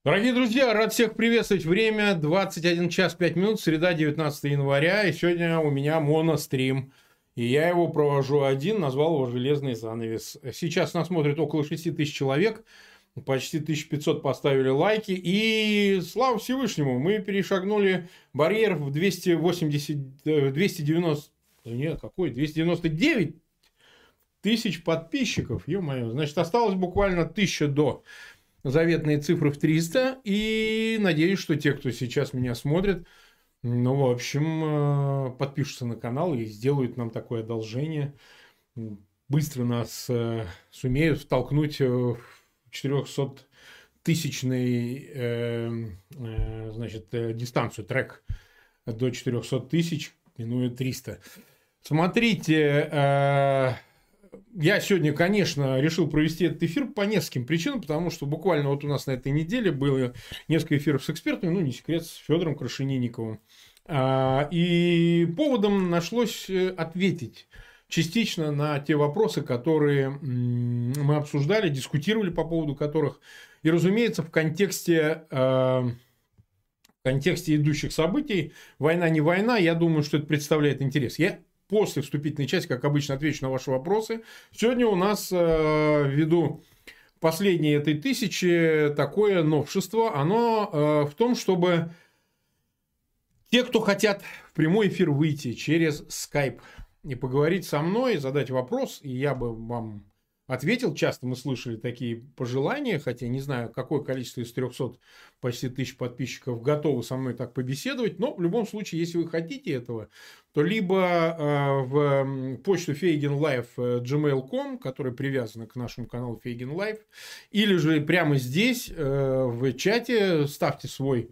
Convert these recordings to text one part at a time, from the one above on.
Дорогие друзья, рад всех приветствовать. Время 21 час 5 минут, среда, 19 января. И сегодня у меня монострим. И я его провожу один, назвал его «Железный занавес». Сейчас нас смотрит около 6 тысяч человек. Почти 1500 поставили лайки. И слава Всевышнему, мы перешагнули барьер в 299 тысяч подписчиков. Ё-моё, значит, осталось буквально 1000 до заветные цифры в 300. И надеюсь, что те, кто сейчас меня смотрит, в общем, подпишутся на канал и сделают нам такое одолжение. Быстро нас сумеют втолкнуть в 400-тысячный, дистанцию, трек до 400 тысяч, минуя 300. Смотрите, я сегодня, конечно, решил провести этот эфир по нескольким причинам, потому что буквально вот у нас на этой неделе было несколько эфиров с экспертами, не секрет, с Федором Крашенинниковым. И поводом нашлось ответить частично на те вопросы, которые мы обсуждали, дискутировали по поводу которых. И, разумеется, в контексте идущих событий, война не война, я думаю, что это представляет интерес. Я после вступительной части, как обычно, отвечу на ваши вопросы. Сегодня у нас, ввиду последней этой 1000, такое новшество. Оно в том, чтобы те, кто хотят в прямой эфир выйти через Skype и поговорить со мной, задать вопрос, и я бы вам ответил. Часто мы слышали такие пожелания, хотя не знаю, какое количество из 300 почти 1000 подписчиков готовы со мной так побеседовать. Но в любом случае, если вы хотите этого, то либо в почту feigenlive@gmail.com, которая привязана к нашему каналу Feigen Live, или же прямо здесь в чате ставьте свой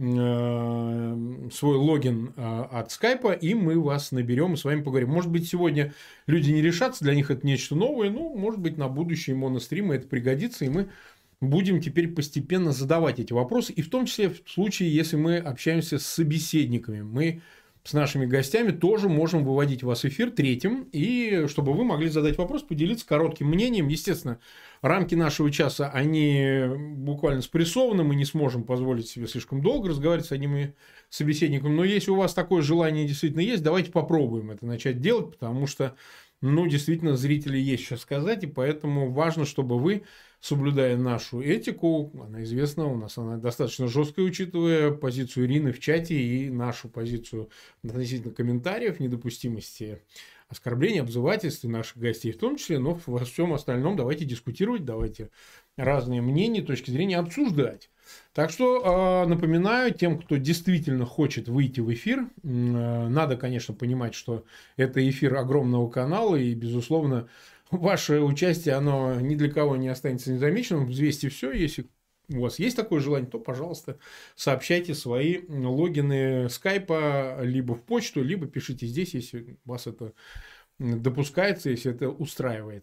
логин от скайпа, и мы вас наберем и с вами поговорим. Может быть, сегодня люди не решатся, для них это нечто новое, может быть, на будущие моностримы это пригодится, и мы будем теперь постепенно задавать эти вопросы, и в том числе в случае, если мы общаемся с собеседниками. Мы с нашими гостями тоже можем выводить вас в эфир третьим, и чтобы вы могли задать вопрос, поделиться коротким мнением. Естественно, рамки нашего часа, они буквально спрессованы, мы не сможем позволить себе слишком долго разговаривать с одним собеседником, но если у вас такое желание действительно есть, давайте попробуем это начать делать, потому что, действительно, зрителей есть что сказать, и поэтому важно, чтобы вы, соблюдая нашу этику, она известна у нас, она достаточно жесткая, учитывая позицию Ирины в чате и нашу позицию относительно комментариев, недопустимости оскорблений, обзывательств наших гостей в том числе, но во всем остальном давайте дискутировать, давайте разные мнения, точки зрения обсуждать. Так что напоминаю тем, кто действительно хочет выйти в эфир, надо, конечно, понимать, что это эфир огромного канала, и, безусловно, ваше участие, оно ни для кого не останется незамеченным. Взвесьте все. Если у вас есть такое желание, то, пожалуйста, сообщайте свои логины скайпа либо в почту, либо пишите здесь, если у вас это допускается, если это устраивает.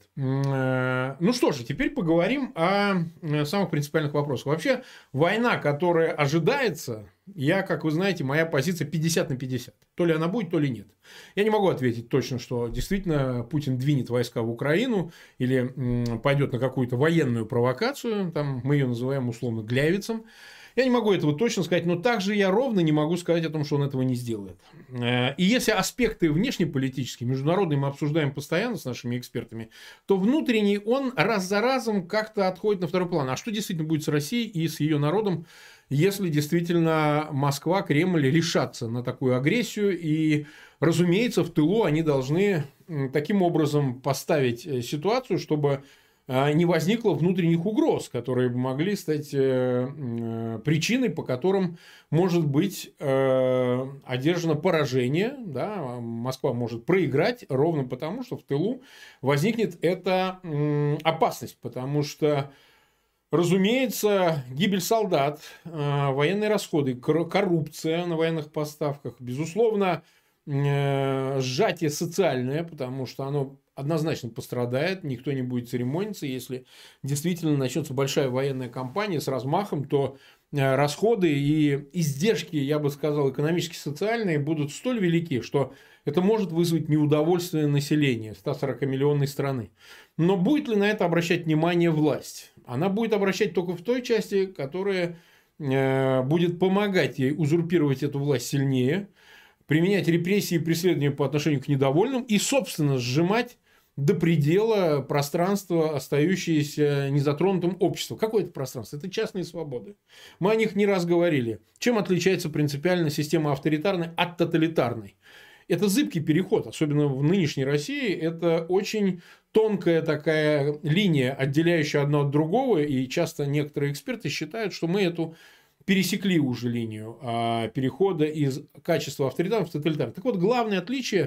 Ну что же, теперь поговорим о самых принципиальных вопросах. Вообще, война, которая ожидается, как вы знаете, моя позиция 50/50. То ли она будет, то ли нет. Я не могу ответить точно, что действительно Путин двинет войска в Украину или пойдет на какую-то военную провокацию, там мы ее называем условно Глявицем. Я не могу этого точно сказать, но также я ровно не могу сказать о том, что он этого не сделает. И если аспекты внешнеполитические, международные мы обсуждаем постоянно с нашими экспертами, то внутренний он раз за разом как-то отходит на второй план. А что действительно будет с Россией и с ее народом, если действительно Москва, Кремль решатся на такую агрессию? И, разумеется, в тылу они должны таким образом поставить ситуацию, чтобы не возникло внутренних угроз, которые бы могли стать причиной, по которым может быть одержано поражение. Да? Москва может проиграть ровно потому, что в тылу возникнет эта опасность. Потому что, разумеется, гибель солдат, военные расходы, коррупция на военных поставках, безусловно, сжатие социальное, потому что оно однозначно пострадает, никто не будет церемониться. Если действительно начнется большая военная кампания с размахом, то расходы и издержки, я бы сказал, экономические, социальные будут столь велики, что это может вызвать неудовольствие населения 140-миллионной страны. Но будет ли на это обращать внимание власть? Она будет обращать только в той части, которая будет помогать ей узурпировать эту власть сильнее, применять репрессии и преследования по отношению к недовольным и, собственно, сжимать до предела пространство, остающееся незатронутым обществом. Какое это пространство? Это частные свободы. Мы о них не раз говорили. Чем отличается принципиально система авторитарной от тоталитарной? Это зыбкий переход, особенно в нынешней России. Это очень тонкая такая линия, отделяющая одно от другого. И часто некоторые эксперты считают, что мы эту пересекли уже линию перехода из качества авторитарного в тоталитарное. Так вот, главное отличие,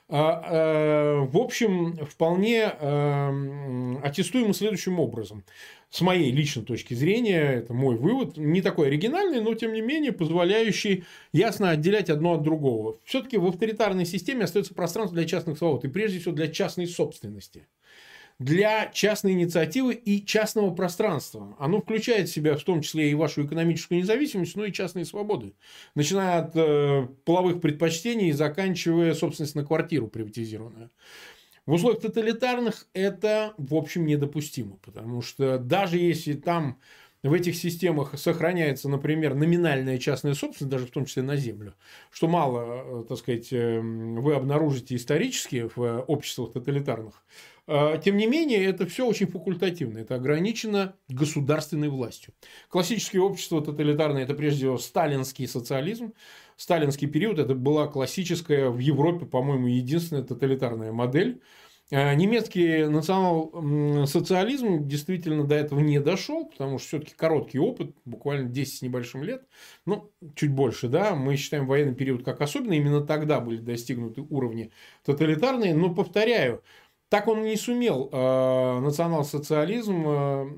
в общем, вполне аттестуемо следующим образом. С моей личной точки зрения, это мой вывод, не такой оригинальный, но тем не менее позволяющий ясно отделять одно от другого. Все-таки в авторитарной системе остается пространство для частных свобод, и прежде всего для частной собственности, для частной инициативы и частного пространства. Оно включает в себя в том числе и вашу экономическую независимость, но и частные свободы. Начиная от половых предпочтений и заканчивая собственность на квартиру приватизированную. В условиях тоталитарных это, в общем, недопустимо. Потому что даже если там в этих системах сохраняется, например, номинальная частная собственность, даже в том числе на землю, что мало, так сказать, вы обнаружите исторически в обществах тоталитарных, тем не менее, это все очень факультативно. Это ограничено государственной властью. Классические общества тоталитарные – это прежде всего сталинский социализм. Сталинский период – это была классическая в Европе, по-моему, единственная тоталитарная модель. Немецкий национал-социализм действительно до этого не дошел, потому что все-таки короткий опыт, буквально 10 с небольшим лет, ну, чуть больше, да, мы считаем военный период как особенный, именно тогда были достигнуты уровни тоталитарные, но, повторяю, так он не сумел национал-социализм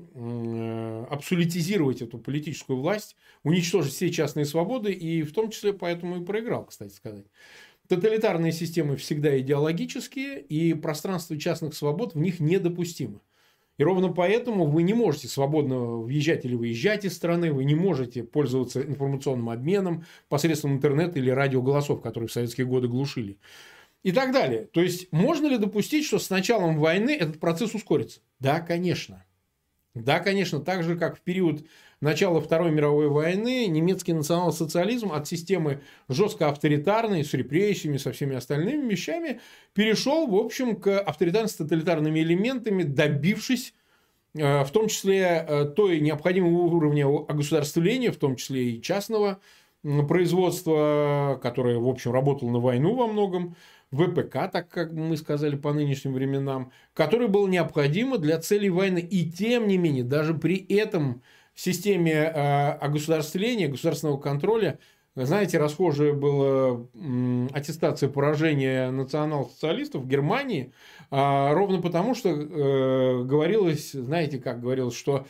абсолютизировать эту политическую власть, уничтожить все частные свободы, и в том числе поэтому и проиграл, кстати сказать. Тоталитарные системы всегда идеологические, и пространство частных свобод в них недопустимо. И ровно поэтому вы не можете свободно въезжать или выезжать из страны, вы не можете пользоваться информационным обменом посредством интернета или радиоголосов, которые в советские годы глушили. И так далее. То есть, можно ли допустить, что с началом войны этот процесс ускорится? Да, конечно. Да, конечно. Так же, как в период начала Второй мировой войны, немецкий национал-социализм от системы жестко авторитарной, с репрессиями, со всеми остальными вещами, перешел, в общем, к авторитарным с тоталитарными элементами, добившись в том числе той необходимого уровня огосударствления, в том числе и частного производства, которое, в общем, работало на войну во многом, ВПК, так как мы сказали по нынешним временам, которое было необходимо для целей войны. И тем не менее, даже при этом системе огосударствления, государственного контроля, знаете, расхожая была аттестация поражения национал-социалистов в Германии, ровно потому, что говорилось, знаете, как говорилось, что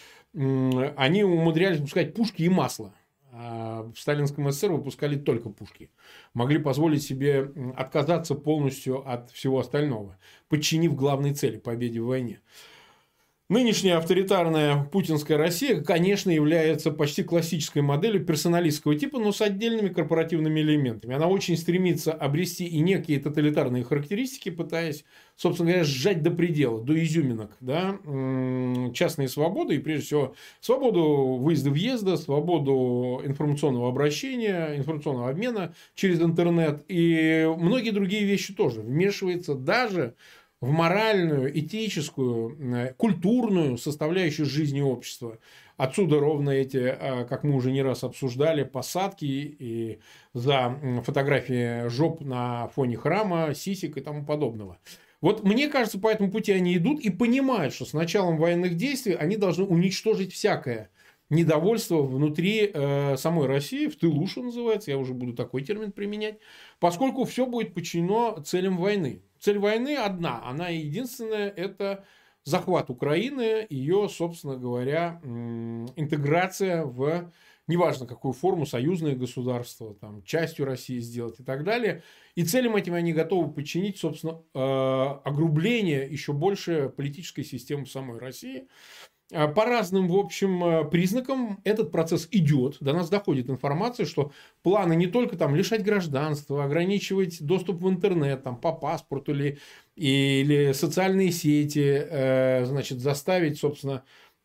они умудрялись выпускать пушки и масло. В сталинском СССР выпускали только пушки. Могли позволить себе отказаться полностью от всего остального, подчинив главной цели – победе в войне. Нынешняя авторитарная путинская Россия, конечно, является почти классической моделью персоналистского типа, но с отдельными корпоративными элементами. Она очень стремится обрести и некие тоталитарные характеристики, пытаясь, собственно говоря, сжать до предела, до изюминок, да, частные свободы, и прежде всего свободу выезда-въезда, свободу информационного обращения, информационного обмена через интернет и многие другие вещи тоже. Вмешивается даже в моральную, этическую, культурную составляющую жизни общества. Отсюда ровно эти, как мы уже не раз обсуждали, посадки и за фотографии жоп на фоне храма, сисек и тому подобного. Вот мне кажется, по этому пути они идут и понимают, что с началом военных действий они должны уничтожить всякое недовольство внутри самой России, в тылу, что называется, я уже буду такой термин применять, поскольку все будет подчинено целям войны. Цель войны одна, она единственная, это захват Украины, ее, собственно говоря, интеграция в, неважно какую форму, союзное государство, там, частью России сделать и так далее. И целям этим они готовы подчинить, собственно, огрубление еще больше политической системы в самой России. По разным, в общем, признакам этот процесс идет. До нас доходит информация, что планы не только там лишать гражданства, ограничивать доступ в интернет там, по паспорту или социальные сети, значит, заставить, собственно,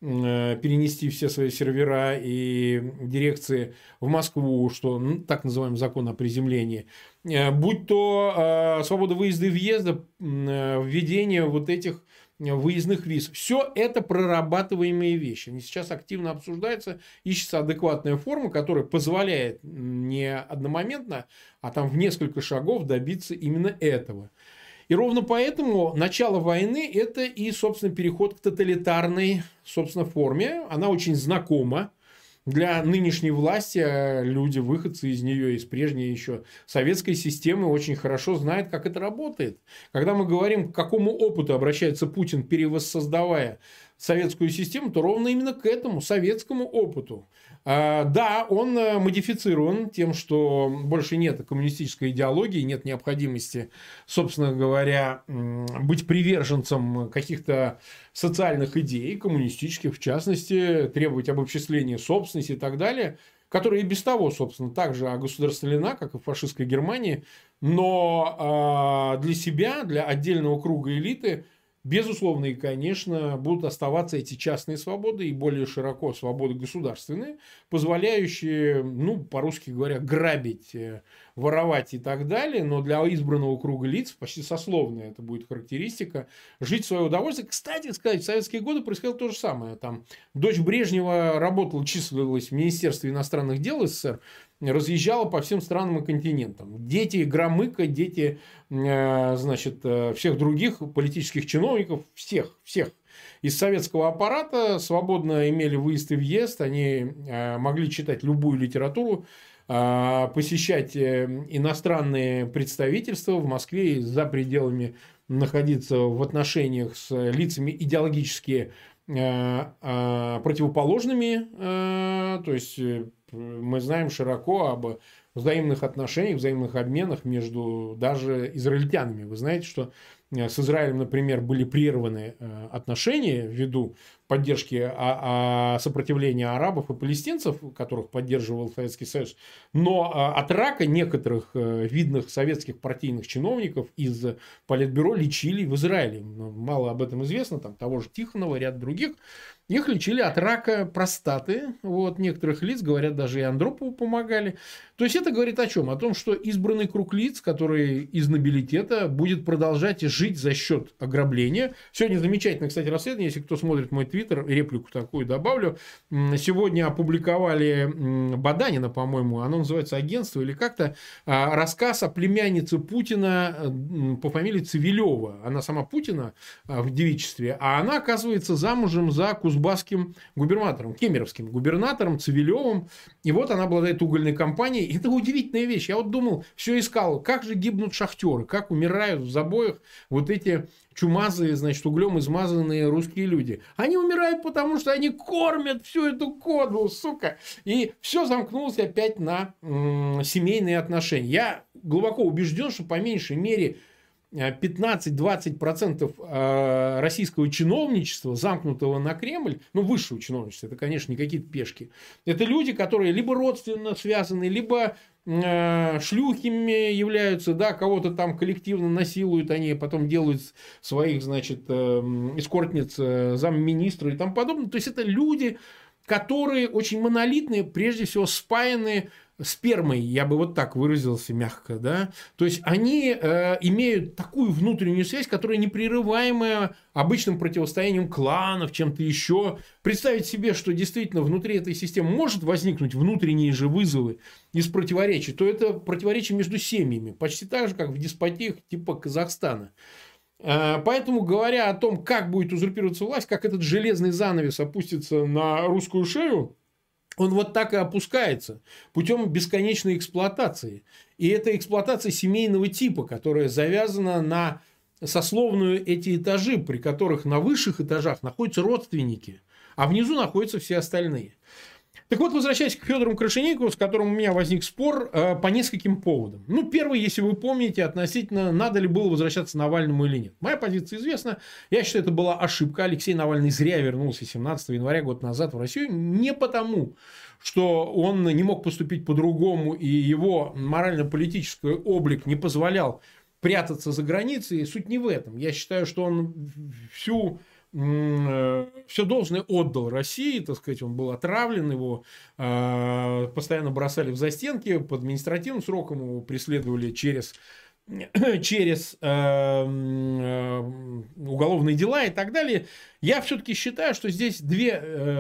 перенести все свои сервера и дирекции в Москву, что так называемый закон о приземлении, будь то свобода выезда и въезда, введение вот этих выездных виз. Все это прорабатываемые вещи. Они сейчас активно обсуждаются, ищется адекватная форма, которая позволяет не одномоментно, а там в несколько шагов добиться именно этого. И ровно поэтому начало войны – это и, собственно, переход к тоталитарной, собственно, форме. Она очень знакома для нынешней власти. Люди, выходцы из нее, из прежней еще советской системы, очень хорошо знают, как это работает. Когда мы говорим, к какому опыту обращается Путин, перевоссоздавая советскую систему, то ровно именно к этому советскому опыту. Да, он модифицирован тем, что больше нет коммунистической идеологии, нет необходимости, собственно говоря, быть приверженцем каких-то социальных идей, коммунистических в частности, требовать обобществления собственности и так далее, которая и без того, собственно, также огосударствлена, как и в фашистской Германии, но для себя, для отдельного круга элиты, безусловно, и, конечно, будут оставаться эти частные свободы и более широко свободы государственные, позволяющие, по-русски говоря, грабить, воровать и так далее, но для избранного круга лиц, почти сословная это будет характеристика, жить в свое удовольствие. Кстати сказать, в советские годы происходило то же самое. Там дочь Брежнева работала, числилась в Министерстве иностранных дел СССР, разъезжала по всем странам и континентам. Дети Громыка, дети, всех других политических чиновников, всех из советского аппарата свободно имели выезд и въезд, они могли читать любую литературу, посещать иностранные представительства в Москве и за пределами находиться в отношениях с лицами идеологически противоположными, то есть мы знаем широко об взаимных отношениях, взаимных обменах между даже израильтянами. Вы знаете, что с Израилем, например, были прерваны отношения ввиду поддержки сопротивления арабов и палестинцев, которых поддерживал Советский Союз. Но от рака некоторых видных советских партийных чиновников из Политбюро лечили в Израиле. Мало об этом известно, там того же Тихонова, ряд других. Их лечили от рака простаты. Некоторых лиц, говорят, даже и Андропову помогали. То есть это говорит о чем? О том, что избранный круг лиц, который из нобилитета, будет продолжать жить за счет ограбления. Сегодня замечательное, кстати, расследование. Если кто смотрит мой твиттер, реплику такую добавлю. Сегодня опубликовали Баданина, по-моему, оно называется «Агентство» или как-то, рассказ о племяннице Путина по фамилии Цивилева. Она сама Путина в девичестве, а она, оказывается, замужем за кузбасским губернатором, кемеровским губернатором Цивилевым. И вот она обладает угольной компанией. Это удивительная вещь. Я думал, все искал, как же гибнут шахтеры, как умирают в забоях вот эти чумазые, углем измазанные русские люди. Они умирают, потому что они кормят всю эту кодлу, сука. И все замкнулось опять на семейные отношения. Я глубоко убежден, что по меньшей мере 15-20% российского чиновничества, замкнутого на Кремль, высшего чиновничества, это, конечно, не какие-то пешки. Это люди, которые либо родственно связаны, либо шлюхами являются, да, кого-то там коллективно насилуют, они потом делают своих, эскортниц замминистра и тому подобное. То есть это люди, которые очень монолитные, прежде всего спаяны спермой, я бы вот так выразился мягко, да, то есть они имеют такую внутреннюю связь, которая непрерываемая обычным противостоянием кланов, чем-то еще. Представить себе, что действительно внутри этой системы может возникнуть внутренние же вызовы из противоречий, то это противоречие между семьями, почти так же, как в деспотиях типа Казахстана. Поэтому, говоря о том, как будет узурпироваться власть, как этот железный занавес опустится на русскую шею, он вот так и опускается путем бесконечной эксплуатации. И это эксплуатация семейного типа, которая завязана на сословную эти этажи, при которых на высших этажах находятся родственники, а внизу находятся все остальные. Так вот, возвращаясь к Федору Крашенинникову, с которым у меня возник спор по нескольким поводам. Первый, если вы помните, относительно, надо ли было возвращаться Навальному или нет. Моя позиция известна. Я считаю, это была ошибка. Алексей Навальный зря вернулся 17 января, год назад, в Россию. Не потому, что он не мог поступить по-другому, и его морально-политический облик не позволял прятаться за границей. Суть не в этом. Я считаю, что он всю все должное отдал России, так сказать, он был отравлен, его постоянно бросали в застенки, под административным сроком его преследовали через уголовные дела и так далее. Я все-таки считаю, что здесь две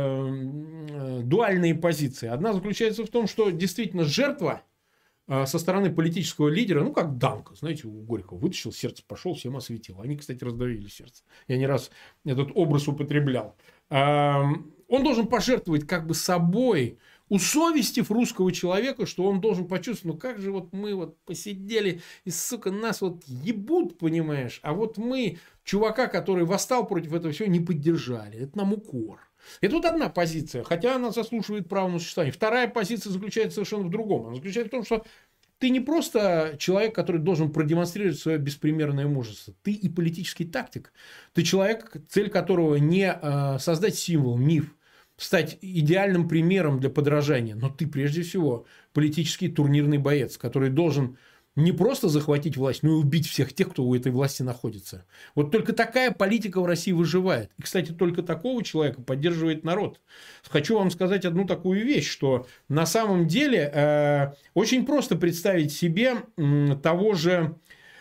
дуальные позиции. Одна заключается в том, что действительно жертва со стороны политического лидера, ну, как Данка, знаете, у Горького вытащил сердце, пошел, всем осветил. Они, кстати, раздавили сердце. Я не раз этот образ употреблял. Он должен пожертвовать как бы собой, усовестив русского человека, что он должен почувствовать, ну как же вот мы вот посидели и, сука, нас вот ебут, понимаешь, а вот мы чувака, который восстал против этого всего, не поддержали. Это нам укор. Это вот одна позиция, хотя она заслуживает права на существование. Вторая позиция заключается совершенно в другом. Она заключается в том, что ты не просто человек, который должен продемонстрировать свое беспримерное мужество. Ты и политический тактик. Ты человек, цель которого не создать символ, миф, стать идеальным примером для подражания. Но ты прежде всего политический турнирный боец, который должен не просто захватить власть, но и убить всех тех, кто у этой власти находится. Вот только такая политика в России выживает. И, кстати, только такого человека поддерживает народ. Хочу вам сказать одну такую вещь, что на самом деле очень просто представить себе того же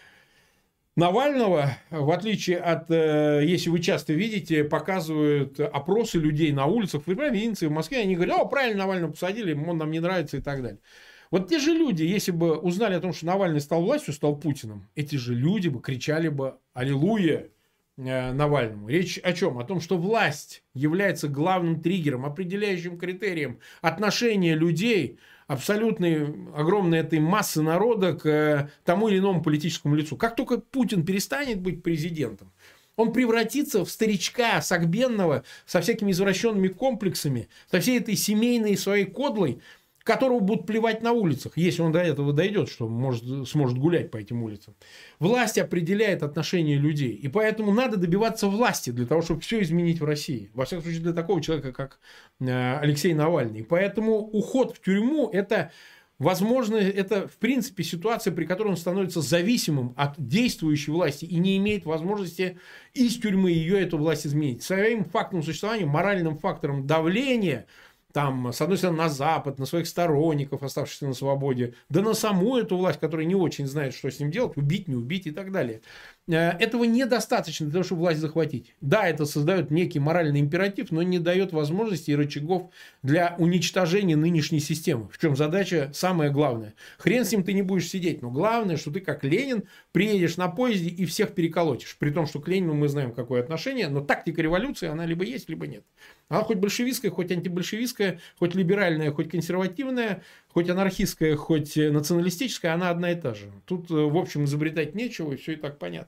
Навального, в отличие от, если вы часто видите, показывают опросы людей на улицах в провинции, в Москве, они говорят, о, правильно Навального посадили, он нам не нравится и так далее. Вот те же люди, если бы узнали о том, что Навальный стал властью, стал Путиным, эти же люди бы кричали бы «Аллилуйя» Навальному. Речь о чем? О том, что власть является главным триггером, определяющим критерием отношения людей, абсолютной огромной этой массы народа к тому или иному политическому лицу. Как только Путин перестанет быть президентом, он превратится в старичка согбенного со всякими извращенными комплексами, со всей этой семейной своей кодлой, которого будут плевать на улицах, если он до этого дойдет, что сможет гулять по этим улицам. Власть определяет отношения людей. И поэтому надо добиваться власти для того, чтобы все изменить в России. Во всяком случае, для такого человека, как Алексей Навальный. Поэтому уход в тюрьму – это, возможно, это в принципе ситуация, при которой он становится зависимым от действующей власти и не имеет возможности из тюрьмы ее, эту власть, изменить. Своим фактом существования, моральным фактором давления – там, с одной стороны, на Запад, на своих сторонников, оставшихся на свободе, да на саму эту власть, которая не очень знает, что с ним делать, убить, не убить и так далее. Этого недостаточно для того, чтобы власть захватить. Да, это создает некий моральный императив, но не дает возможности и рычагов для уничтожения нынешней системы. В чем задача самая главная. Хрен с ним ты не будешь сидеть, но главное, что ты как Ленин приедешь на поезде и всех переколотишь. При том, что к Ленину мы знаем, какое отношение, но тактика революции, она либо есть, либо нет. Она хоть большевистская, хоть антибольшевистская, хоть либеральная, хоть консервативная, хоть анархистская, хоть националистическая, она одна и та же. Тут, в общем, изобретать нечего, и все и так понятно.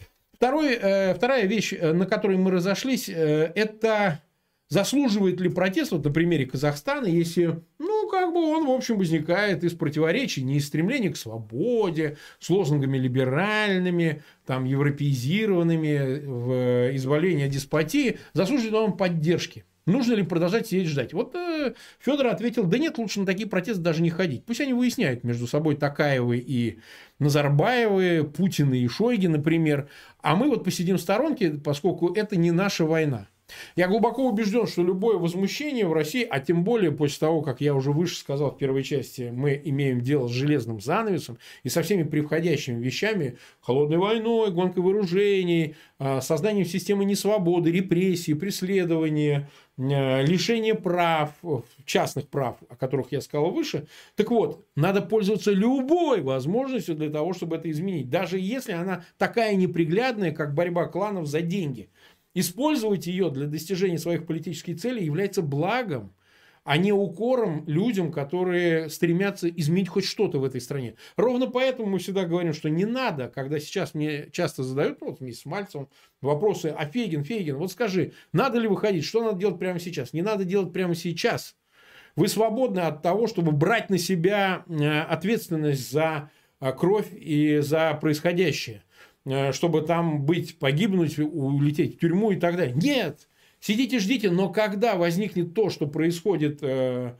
Вторая вещь, на которой мы разошлись, это заслуживает ли протест, вот на примере Казахстана, если, ну, как бы он, в общем, возникает из противоречий, не из стремления к свободе, с лозунгами либеральными, там, европеизированными, в избавлении от деспотии, заслуживает он поддержки. Нужно ли продолжать сидеть ждать? Вот Федор ответил, да нет, лучше на такие протесты даже не ходить. Пусть они выясняют между собой Токаевы и Назарбаевы, Путин и Шойги, например. А мы вот посидим в сторонке, поскольку это не наша война. Я глубоко убежден, что любое возмущение в России, а тем более после того, как я уже выше сказал в первой части, мы имеем дело с железным занавесом и со всеми превходящими вещами, холодной войной, гонкой вооружений, созданием системы несвободы, репрессий, преследования, лишения прав, частных прав, о которых я сказал выше. Так вот, надо пользоваться любой возможностью для того, чтобы это изменить, даже если она такая неприглядная, как борьба кланов за деньги. Использовать ее для достижения своих политических целей является благом, а не укором людям, которые стремятся изменить хоть что-то в этой стране. Ровно поэтому мы всегда говорим, что не надо, когда сейчас мне часто задают, ну, вот вместе с Мальцевым, вопросы, а Фейгин, вот скажи, надо ли выходить, что надо делать прямо сейчас? Не надо делать прямо сейчас. Вы свободны от того, чтобы брать на себя ответственность за кровь и за происходящее. Чтобы там быть, погибнуть, улететь в тюрьму и так далее. Нет! Сидите, ждите, но когда возникнет то, что происходило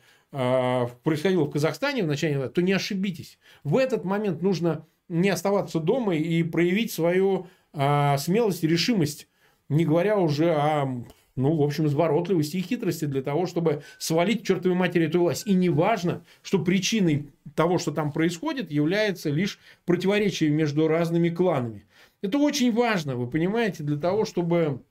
в Казахстане в начале, то не ошибитесь. В этот момент нужно не оставаться дома и проявить свою смелость и решимость Не говоря уже о, ну, в общем, изворотливости и хитрости для того, чтобы свалить к чертовой матери эту власть. И не важно, что причиной того, что там происходит, является лишь противоречие между разными кланами. Это очень важно, вы понимаете, для того, чтобы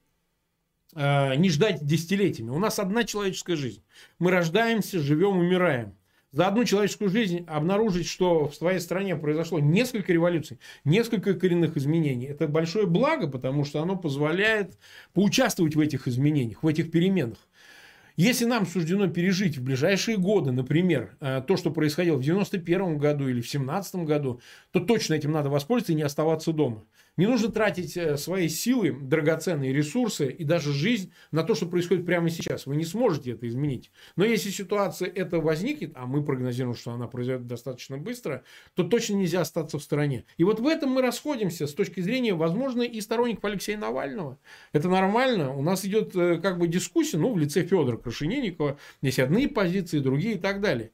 не ждать десятилетиями. У нас одна человеческая жизнь. Мы рождаемся, живем, умираем. За одну человеческую жизнь обнаружить, что в своей стране произошло несколько революций, несколько коренных изменений, это большое благо, потому что оно позволяет поучаствовать в этих изменениях, в этих переменах. Если нам суждено пережить в ближайшие годы, например, то, что происходило в 91 году или в 17 году, то точно этим надо воспользоваться и не оставаться дома. Не нужно тратить свои силы, драгоценные ресурсы и даже жизнь на то, что происходит прямо сейчас. Вы не сможете это изменить. Но если ситуация эта возникнет, а мы прогнозируем, что она произойдет достаточно быстро, то точно нельзя остаться в стороне. И вот в этом мы расходимся с точки зрения, возможно, и сторонников Алексея Навального. Это нормально. У нас идет как бы дискуссия, ну, в лице Федора Крашенинникова. Есть одни позиции, другие и так далее.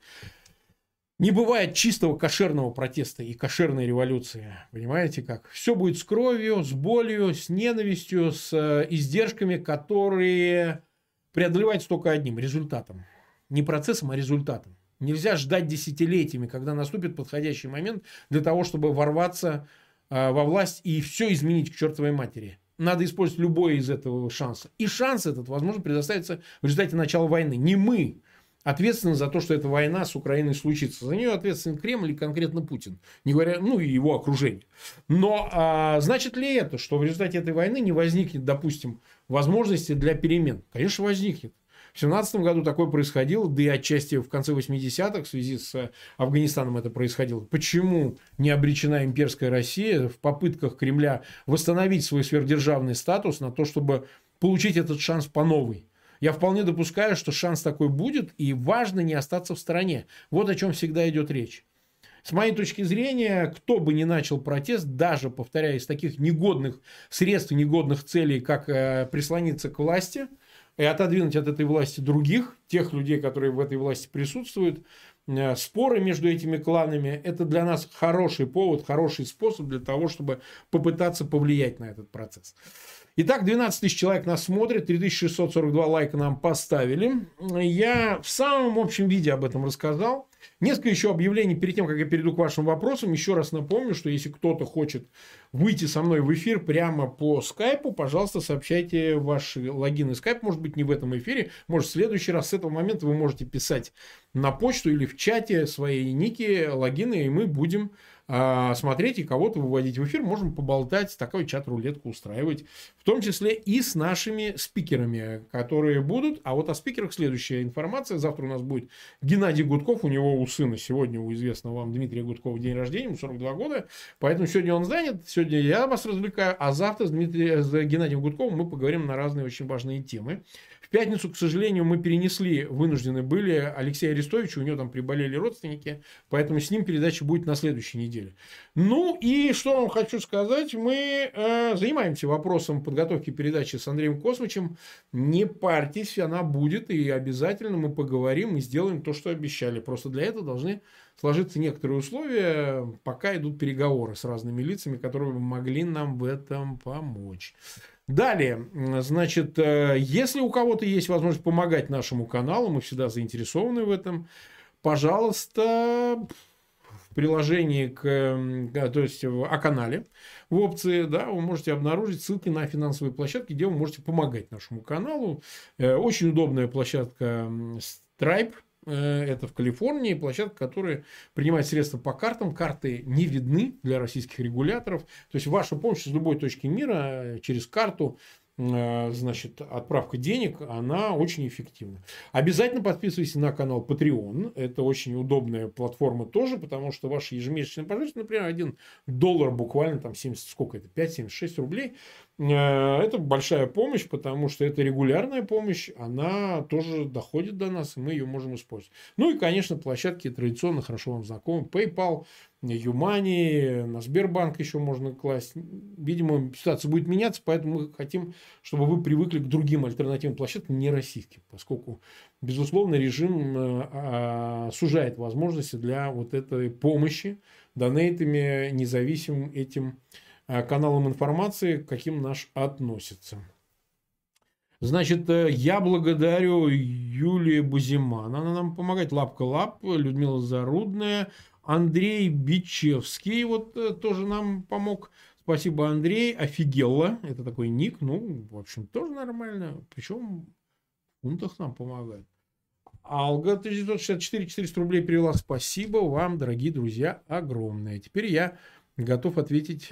Не бывает чистого кошерного протеста и кошерной революции. Понимаете как? Все будет с кровью, с болью, с ненавистью, с издержками, которые преодолеваются только одним – результатом. Не процессом, а результатом. Нельзя ждать десятилетиями, когда наступит подходящий момент для того, чтобы ворваться во власть и все изменить к чертовой матери. Надо использовать любой из этого шанса. И шанс этот, возможно, предоставится в результате начала войны. Не мы ответственны за то, что эта война с Украиной случится. За нее ответственен Кремль и конкретно Путин. Не говоря, ну и его окружение. Но значит ли это, что в результате этой войны не возникнет, допустим, возможности для перемен? Конечно, возникнет. В 2017 году такое происходило, да и отчасти в конце 80-х в связи с Афганистаном это происходило. Почему не обречена имперская Россия в попытках Кремля восстановить свой сверхдержавный статус на то, чтобы получить этот шанс по новой? Я вполне допускаю, что шанс такой будет, и важно не остаться в стороне. Вот о чем всегда идет речь. С моей точки зрения, кто бы ни начал протест, даже, повторяю, из таких негодных средств, негодных целей, как прислониться к власти и отодвинуть от этой власти других, тех людей, которые в этой власти присутствуют, споры между этими кланами, это для нас хороший повод, хороший способ для того, чтобы попытаться повлиять на этот процесс. Итак, 12 тысяч человек нас смотрят, 3642 лайка нам поставили. Я в самом общем виде об этом рассказал. Несколько еще объявлений перед тем, как я перейду к вашим вопросам. Еще раз напомню, что если кто-то хочет выйти со мной в эфир прямо по скайпу, пожалуйста, сообщайте ваши логины скайп. Может быть, не в этом эфире, может, в следующий раз. С этого момента вы можете писать на почту или в чате свои ники, логины, и мы будем смотреть и кого-то выводить в эфир, можем поболтать, такой чат-рулетку устраивать, в том числе и с нашими спикерами, которые будут. А вот о спикерах следующая информация. Завтра у нас будет Геннадий Гудков, у него у сына сегодня, у известного вам Дмитрия Гудкова день рождения, ему 42 года, поэтому сегодня он занят, сегодня я вас развлекаю, а завтра с Геннадием Гудковым мы поговорим на разные очень важные темы. В пятницу, к сожалению, мы вынуждены были Алексея Арестовича, у него там приболели родственники, поэтому с ним передача будет на следующей неделе. Ну и что вам хочу сказать, мы занимаемся вопросом подготовки передачи с Андреем Космичем. Не парьтесь, она будет, и обязательно мы поговорим и сделаем то, что обещали. Просто для этого должны сложиться некоторые условия, пока идут переговоры с разными лицами, которые бы могли нам в этом помочь. Далее, значит, если у кого-то есть возможность помогать нашему каналу, мы всегда заинтересованы в этом, пожалуйста, в приложении то есть о канале, в опции, да, вы можете обнаружить ссылки на финансовые площадки, где вы можете помогать нашему каналу. Очень удобная площадка Stripe. Это в Калифорнии, площадка, которая принимает средства по картам. Карты не видны для российских регуляторов. То есть ваша помощь с любой точки мира через карту, значит, отправка денег, она очень эффективна. Обязательно подписывайтесь на канал Patreon. Это очень удобная платформа тоже, потому что ваши ежемесячные пожертвования, например, $1 буквально там 70, сколько это, 5-76 рублей. Это большая помощь, потому что это регулярная помощь, она тоже доходит до нас, и мы ее можем использовать. Ну и, конечно, площадки традиционно хорошо вам знакомы. PayPal, Юмани, на Сбербанк еще можно класть. Видимо, ситуация будет меняться, поэтому мы хотим, чтобы вы привыкли к другим альтернативным площадкам, не российским, поскольку, безусловно, режим сужает возможности для вот этой помощи донейтами независимым этим каналам информации, к каким наш относится. Значит, я благодарю Юлию Бузиман. Она нам помогает. Лапка Лап, Людмила Зарудная, Андрей Бичевский вот тоже нам помог. Спасибо, Андрей. Офигелла. Это такой ник. Ну, в общем, тоже нормально. Причем в фунтах нам помогает. Алга 1964 400 рублей перевела. Спасибо вам, дорогие друзья, огромное. Теперь я готов ответить...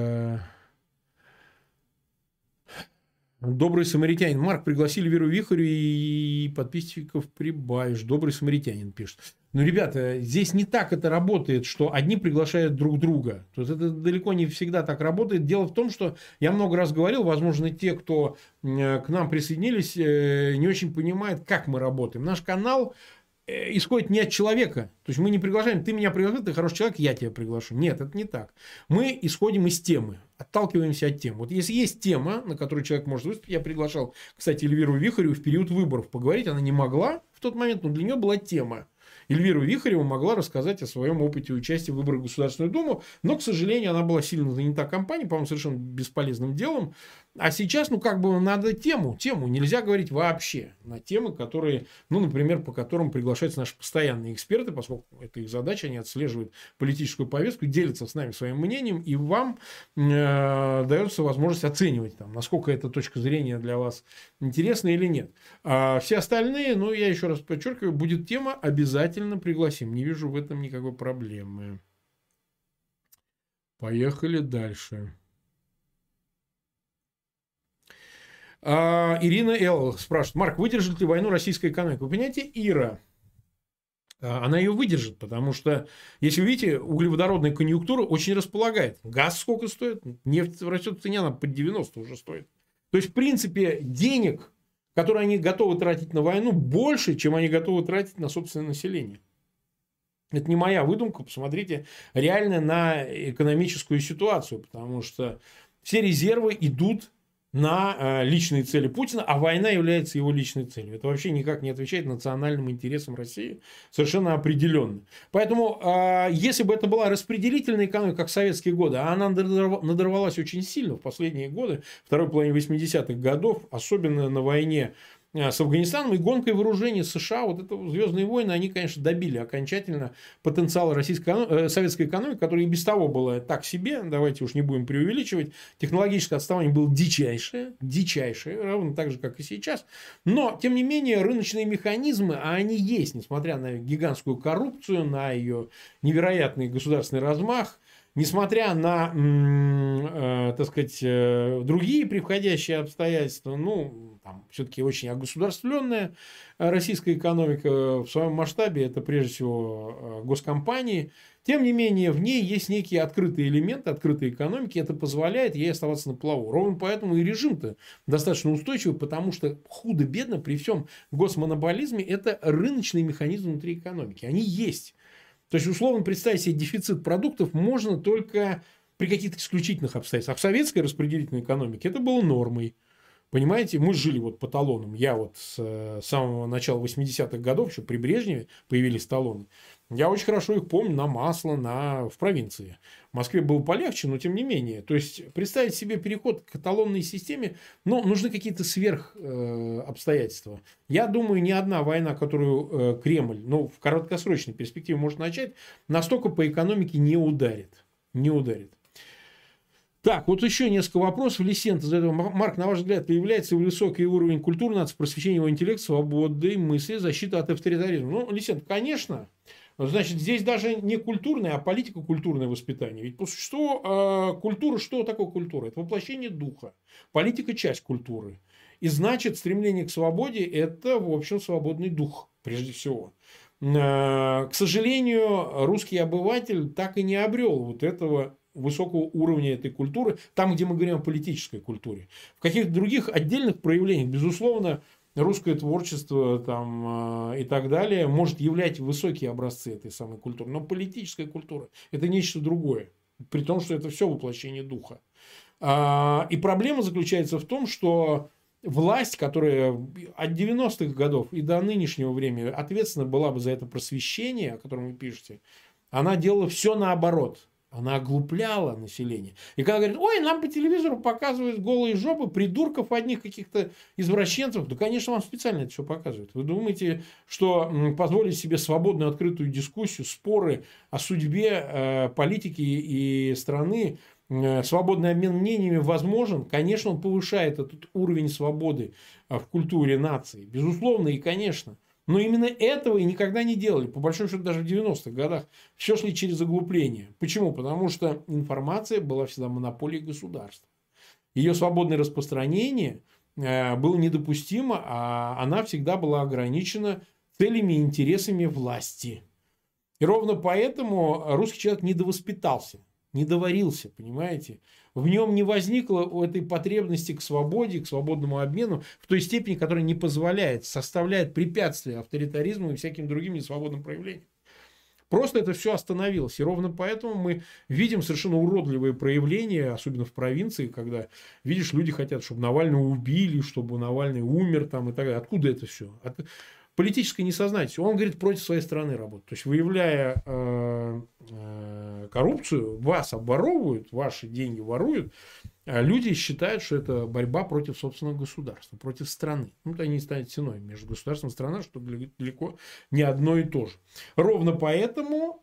Добрый самаритянин. Марк, пригласили Веру Вихарю и подписчиков прибавишь. Добрый самаритянин пишет. Ну, ребята, здесь не так это работает, что одни приглашают друг друга. То есть это далеко не всегда так работает. Дело в том, что я много раз говорил, возможно, те, кто к нам присоединились, не очень понимают, как мы работаем. Наш канал исходит не от человека. То есть мы не приглашаем, ты меня приглашаешь, ты хороший человек, я тебя приглашу. Нет, это не так. Мы исходим из темы, отталкиваемся от тем. Вот если есть тема, на которую человек может выступить, я приглашал, кстати, Эльвиру Вихареву в период выборов поговорить, она не могла в тот момент, но для нее была тема. Эльвира Вихарева могла рассказать о своем опыте участия в выборах в Государственную Думу, но, к сожалению, она была сильно занята кампанией, по-моему, совершенно бесполезным делом. А сейчас, ну, как бы надо тему нельзя говорить вообще на темы, которые, ну, например, по которым приглашаются наши постоянные эксперты, поскольку это их задача, они отслеживают политическую повестку, делятся с нами своим мнением, и вам дается возможность оценивать, там, насколько эта точка зрения для вас интересна или нет. А все остальные, ну, я еще раз подчеркиваю, будет тема, обязательно пригласим. Не вижу в этом никакой проблемы. Поехали дальше. Ирина Л. спрашивает. Марк, выдержит ли войну российская экономика? Вы понимаете, Ира, она ее выдержит, потому что, если вы видите, углеводородная конъюнктура очень располагает. Газ сколько стоит? Нефть растет в цене, она под 90 уже стоит. То есть, в принципе, денег, которые они готовы тратить на войну, больше, чем они готовы тратить на собственное население. Это не моя выдумка. Посмотрите реально на экономическую ситуацию, потому что все резервы идут на личные цели Путина, а война является его личной целью. Это вообще никак не отвечает национальным интересам России. Совершенно определенно. Поэтому, если бы это была распределительная экономика, как в советские годы, а она надорвалась очень сильно в последние годы, второй половине 80-х годов, особенно на войне с Афганистаном и гонкой вооружений США, вот это «Звездные войны», они, конечно, добили окончательно потенциал советской экономики, которая и без того была так себе, давайте уж не будем преувеличивать, технологическое отставание было дичайшее, равно так же, как и сейчас, но, тем не менее, рыночные механизмы, а они есть, несмотря на гигантскую коррупцию, на ее невероятный государственный размах, несмотря на, так сказать, другие превходящие обстоятельства, ну, там, все-таки очень огосударствленная российская экономика в своем масштабе, это прежде всего госкомпании. Тем не менее, в ней есть некие открытые элементы, открытые экономики, это позволяет ей оставаться на плаву. Ровно поэтому и режим-то достаточно устойчивый, потому что худо-бедно при всем госмонополизме это рыночный механизм внутри экономики. Они есть. То есть, условно представить себе дефицит продуктов можно только при каких-то исключительных обстоятельствах. А в советской распределительной экономике это было нормой. Понимаете, мы жили вот по талонам. Я вот с самого начала 80-х годов, еще при Брежневе появились талоны. Я очень хорошо их помню на масло в провинции. В Москве было полегче, но тем не менее. То есть, представить себе переход к талонной системе, ну, нужны какие-то сверх обстоятельства. Я думаю, ни одна война, которую Кремль, ну, в краткосрочной перспективе может начать, настолько по экономике не ударит. Не ударит. Так, вот еще несколько вопросов. Лисент из этого. Марк, на ваш взгляд, является высокий уровень культуры, нации, просвещения его интеллекта, свободы мысли, защита от авторитаризма? Ну, Лисент, конечно. Значит, здесь даже не культурное, а политико-культурное воспитание. Ведь по существу культура, что такое культура? Это воплощение духа. Политика – часть культуры. И значит, стремление к свободе – это, в общем, свободный дух, прежде всего. К сожалению, русский обыватель так и не обрел вот этого высокого уровня этой культуры, там, где мы говорим о политической культуре. В каких-то других отдельных проявлениях, безусловно, русское творчество там, и так далее может являть высокие образцы этой самой культуры. Но политическая культура – это нечто другое. При том, что это все воплощение духа. И проблема заключается в том, что власть, которая от 90-х годов и до нынешнего времени ответственна была бы за это просвещение, о котором вы пишете, она делала все наоборот. Она оглупляла население. И когда говорят, ой, нам по телевизору показывают голые жопы придурков одних каких-то извращенцев, да, конечно, вам специально это все показывают. Вы думаете, что позволить себе свободную открытую дискуссию, споры о судьбе политики и страны, свободный обмен мнениями возможен? Конечно, он повышает этот уровень свободы в культуре нации. Безусловно и конечно. Но именно этого и никогда не делали. По большому счету, даже в 90-х годах все шли через оглупление. Почему? Потому что информация была всегда монополией государства. Ее свободное распространение было недопустимо, а она всегда была ограничена целями и интересами власти. И ровно поэтому русский человек недовоспитался, недоварился, понимаете? В нем не возникло этой потребности к свободе, к свободному обмену в той степени, которая не позволяет, составляет препятствия авторитаризму и всяким другим несвободным проявлениям. Просто это все остановилось. И ровно поэтому мы видим совершенно уродливые проявления, особенно в провинции, когда, видишь, люди хотят, чтобы Навального убили, чтобы Навальный умер там, и так далее. Откуда это все? Политической несознательности. Он говорит, против своей страны работает. То есть, выявляя коррупцию, вас обворовывают, ваши деньги воруют, а люди считают, что это борьба против собственного государства, против страны. Ну, это они ставят ценой между государством и страной, что далеко не одно и то же. Ровно поэтому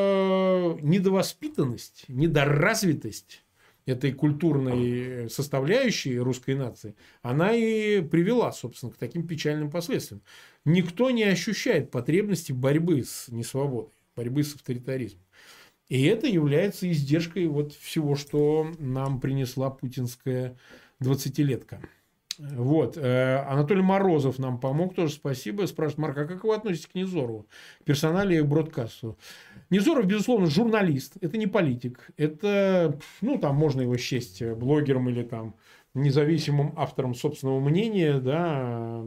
недовоспитанность, недоразвитость этой культурной составляющей русской нации, она и привела, собственно, к таким печальным последствиям. Никто не ощущает потребности борьбы с несвободой, борьбы с авторитаризмом. И это является издержкой вот всего, что нам принесла путинская 20-летка. Вот. Анатолий Морозов нам помог, тоже спасибо. Спрашивает, Марк, а как вы относитесь к Невзорову, персонале и бродкасту? Невзоров, безусловно, журналист, это не политик. Это, ну, там можно его счесть блогером или там независимым автором собственного мнения, да.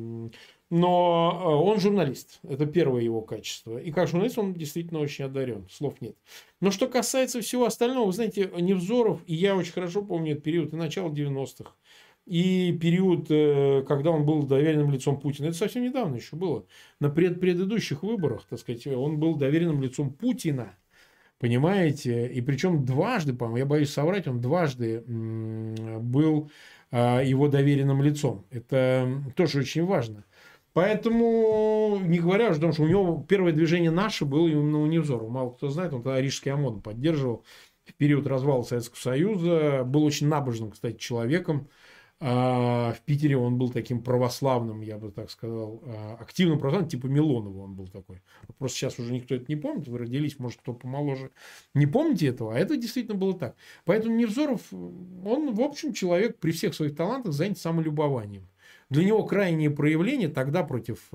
Но он журналист. Это первое его качество. И как журналист он действительно очень одарен. Слов нет. Но что касается всего остального, вы знаете, Невзоров, и я очень хорошо помню этот период, и начало 90-х, и период, когда он был доверенным лицом Путина. Это совсем недавно еще было. На предыдущих выборах, так сказать, он был доверенным лицом Путина. Понимаете? И причем дважды, по-моему, я боюсь соврать, он дважды был его доверенным лицом. Это тоже очень важно. Поэтому, не говоря уже о том, что у него первое движение наше было именно у Невзорова. Мало кто знает, он тогда Рижский ОМОН поддерживал в период развала Советского Союза. Был очень набожным, кстати, человеком. В Питере он был таким православным, я бы так сказал, активным православным, типа Милонова он был такой. Просто сейчас уже никто это не помнит. Вы родились, может, кто помоложе. Не помните этого? А это действительно было так. Поэтому Невзоров, он, в общем, человек при всех своих талантах занят самолюбованием. Для него крайние проявления тогда против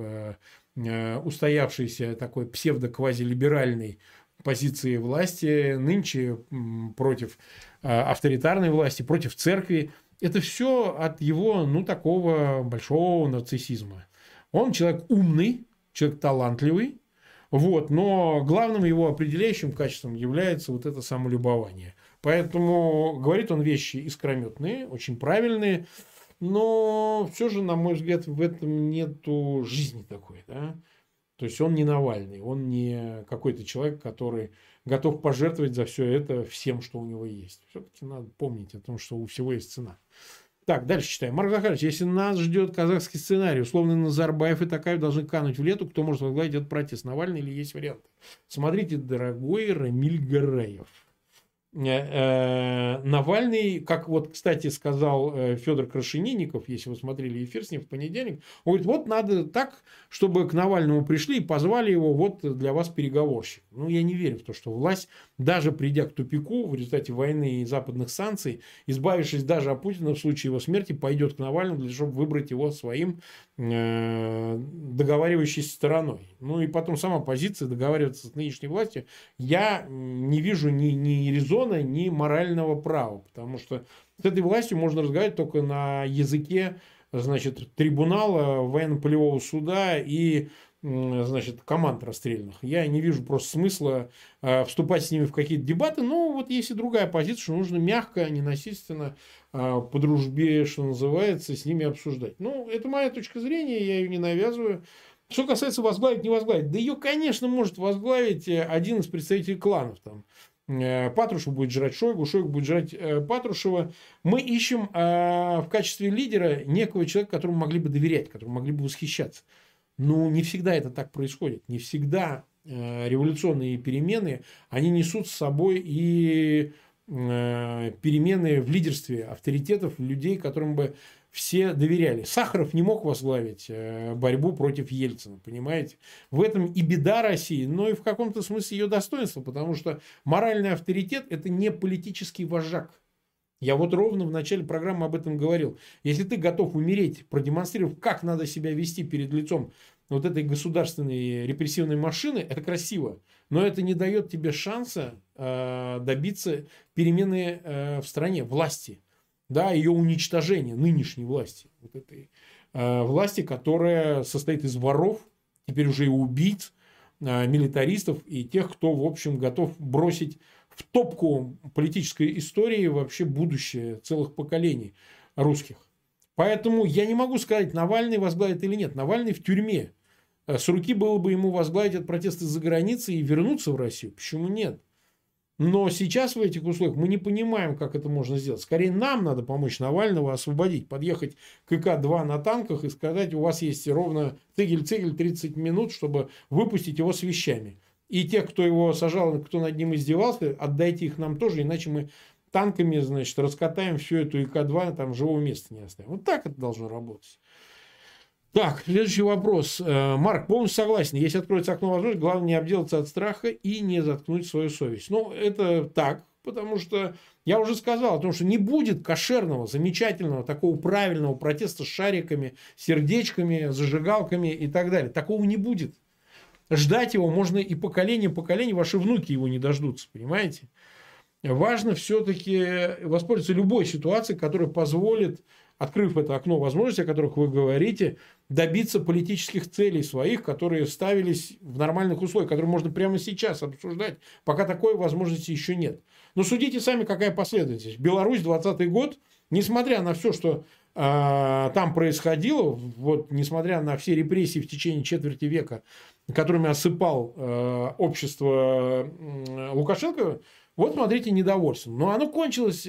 устоявшейся такой псевдо-квазилиберальной позиции власти, нынче против авторитарной власти, против церкви. Это все от его, ну, такого большого нарциссизма. Он человек умный, человек талантливый, вот, но главным его определяющим качеством является вот это самолюбование. Поэтому говорит он вещи искрометные, очень правильные, но все же, на мой взгляд, в этом нету жизни такой, да? То есть он не Навальный, он не какой-то человек, который готов пожертвовать за все это всем, что у него есть. Все-таки надо помнить о том, что у всего есть цена. Так, дальше читаем. Марк Захарович, если нас ждет казахский сценарий, условно Назарбаев и Токаев должны кануть в лету, кто может возглавить этот протест? Навальный или есть варианты? Смотрите, дорогой Рамиль Гараев. Навальный, как вот, кстати, сказал Федор Крашенинников, если вы смотрели эфир с ним в понедельник, он говорит, вот надо так, чтобы к Навальному пришли и позвали его, вот для вас переговорщик. Ну, я не верю в то, что власть, даже придя к тупику в результате войны и западных санкций, избавившись даже от Путина в случае его смерти, пойдет к Навальному, для того, чтобы выбрать его своим договаривающейся стороной. Ну, и потом сама позиция договариваться с нынешней властью, я не вижу ни резона, ни морального права, потому что с этой властью можно разговаривать только на языке, значит, трибунала, военно-полевого суда и, значит, команд расстрельных. Я не вижу просто смысла вступать с ними в какие-то дебаты, но вот есть и другая позиция, что нужно мягко, ненасильственно, по дружбе, что называется, с ними обсуждать. Ну, это моя точка зрения, я ее не навязываю. Что касается возглавить, не возглавить, да ее, конечно, может возглавить один из представителей кланов там. Патрушев будет жрать Шойгу, Шойгу будет жрать Патрушева. Мы ищем в качестве лидера некого человека, которому могли бы доверять, которому могли бы восхищаться. Но не всегда это так происходит. Не всегда революционные перемены, они несут с собой и перемены в лидерстве авторитетов, людей, которым бы все доверяли. Сахаров не мог возглавить борьбу против Ельцина, понимаете? В этом и беда России, но и в каком-то смысле ее достоинство, потому что моральный авторитет – это не политический вожак. Я вот ровно в начале программы об этом говорил. Если ты готов умереть, продемонстрировав, как надо себя вести перед лицом вот этой государственной репрессивной машины, это красиво. Но это не дает тебе шанса добиться перемены в стране, власти. Да, ее уничтожения, нынешней власти. Вот этой власти, которая состоит из воров, теперь уже и убийц, милитаристов и тех, кто, в общем, готов бросить в топку политической истории вообще будущее целых поколений русских. Поэтому я не могу сказать, Навальный возглавит или нет. Навальный в тюрьме. С руки было бы ему возглавить этот протест из-за границы и вернуться в Россию. Почему нет? Но сейчас в этих условиях мы не понимаем, как это можно сделать. Скорее, нам надо помочь Навального освободить, подъехать к ИК-2 на танках и сказать, у вас есть ровно цигель-цигель 30 минут, чтобы выпустить его с вещами. И тех, кто его сажал, кто над ним издевался, отдайте их нам тоже, иначе мы танками, значит, раскатаем всю эту ИК-2, там живого места не оставим. Вот так это должно работать. Так, следующий вопрос. Марк, полностью согласен. Если откроется окно возможности, главное не обделаться от страха и не заткнуть свою совесть. Ну, это так, потому что я уже сказал о том, что не будет кошерного, замечательного, такого правильного протеста с шариками, сердечками, зажигалками и так далее. Такого не будет. Ждать его можно и поколение, ваши внуки его не дождутся, понимаете? Важно все-таки воспользоваться любой ситуацией, которая позволит, открыв это окно возможностей, о которых вы говорите, добиться политических целей своих, которые ставились в нормальных условиях, которые можно прямо сейчас обсуждать, пока такой возможности еще нет. Но судите сами, какая последовательность. Беларусь, 2020 год, несмотря на все, что там происходило, вот, несмотря на все репрессии в течение четверти века, которыми осыпал общество Лукашенко, вот смотрите, недовольством. Но оно кончилось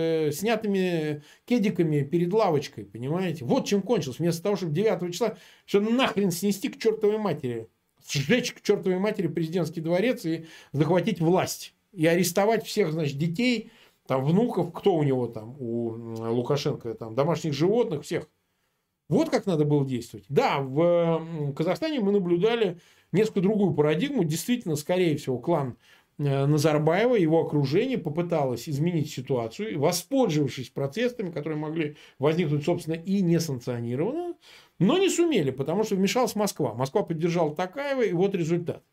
снятыми кедиками перед лавочкой, понимаете? Вот чем кончилось. Вместо того, чтобы 9 числа все нахрен снести к чертовой матери. Сжечь к чертовой матери президентский дворец и захватить власть. И арестовать всех, значит, детей, там, внуков, кто у него там, у Лукашенко, там, домашних животных, всех. Вот как надо было действовать. Да, в Казахстане мы наблюдали несколько другую парадигму. Действительно, скорее всего, клан Назарбаева, его окружение попыталось изменить ситуацию, воспользовавшись протестами, которые могли возникнуть, собственно, и несанкционированно, но не сумели, потому что вмешалась Москва. Москва поддержала Токаева, и вот результат.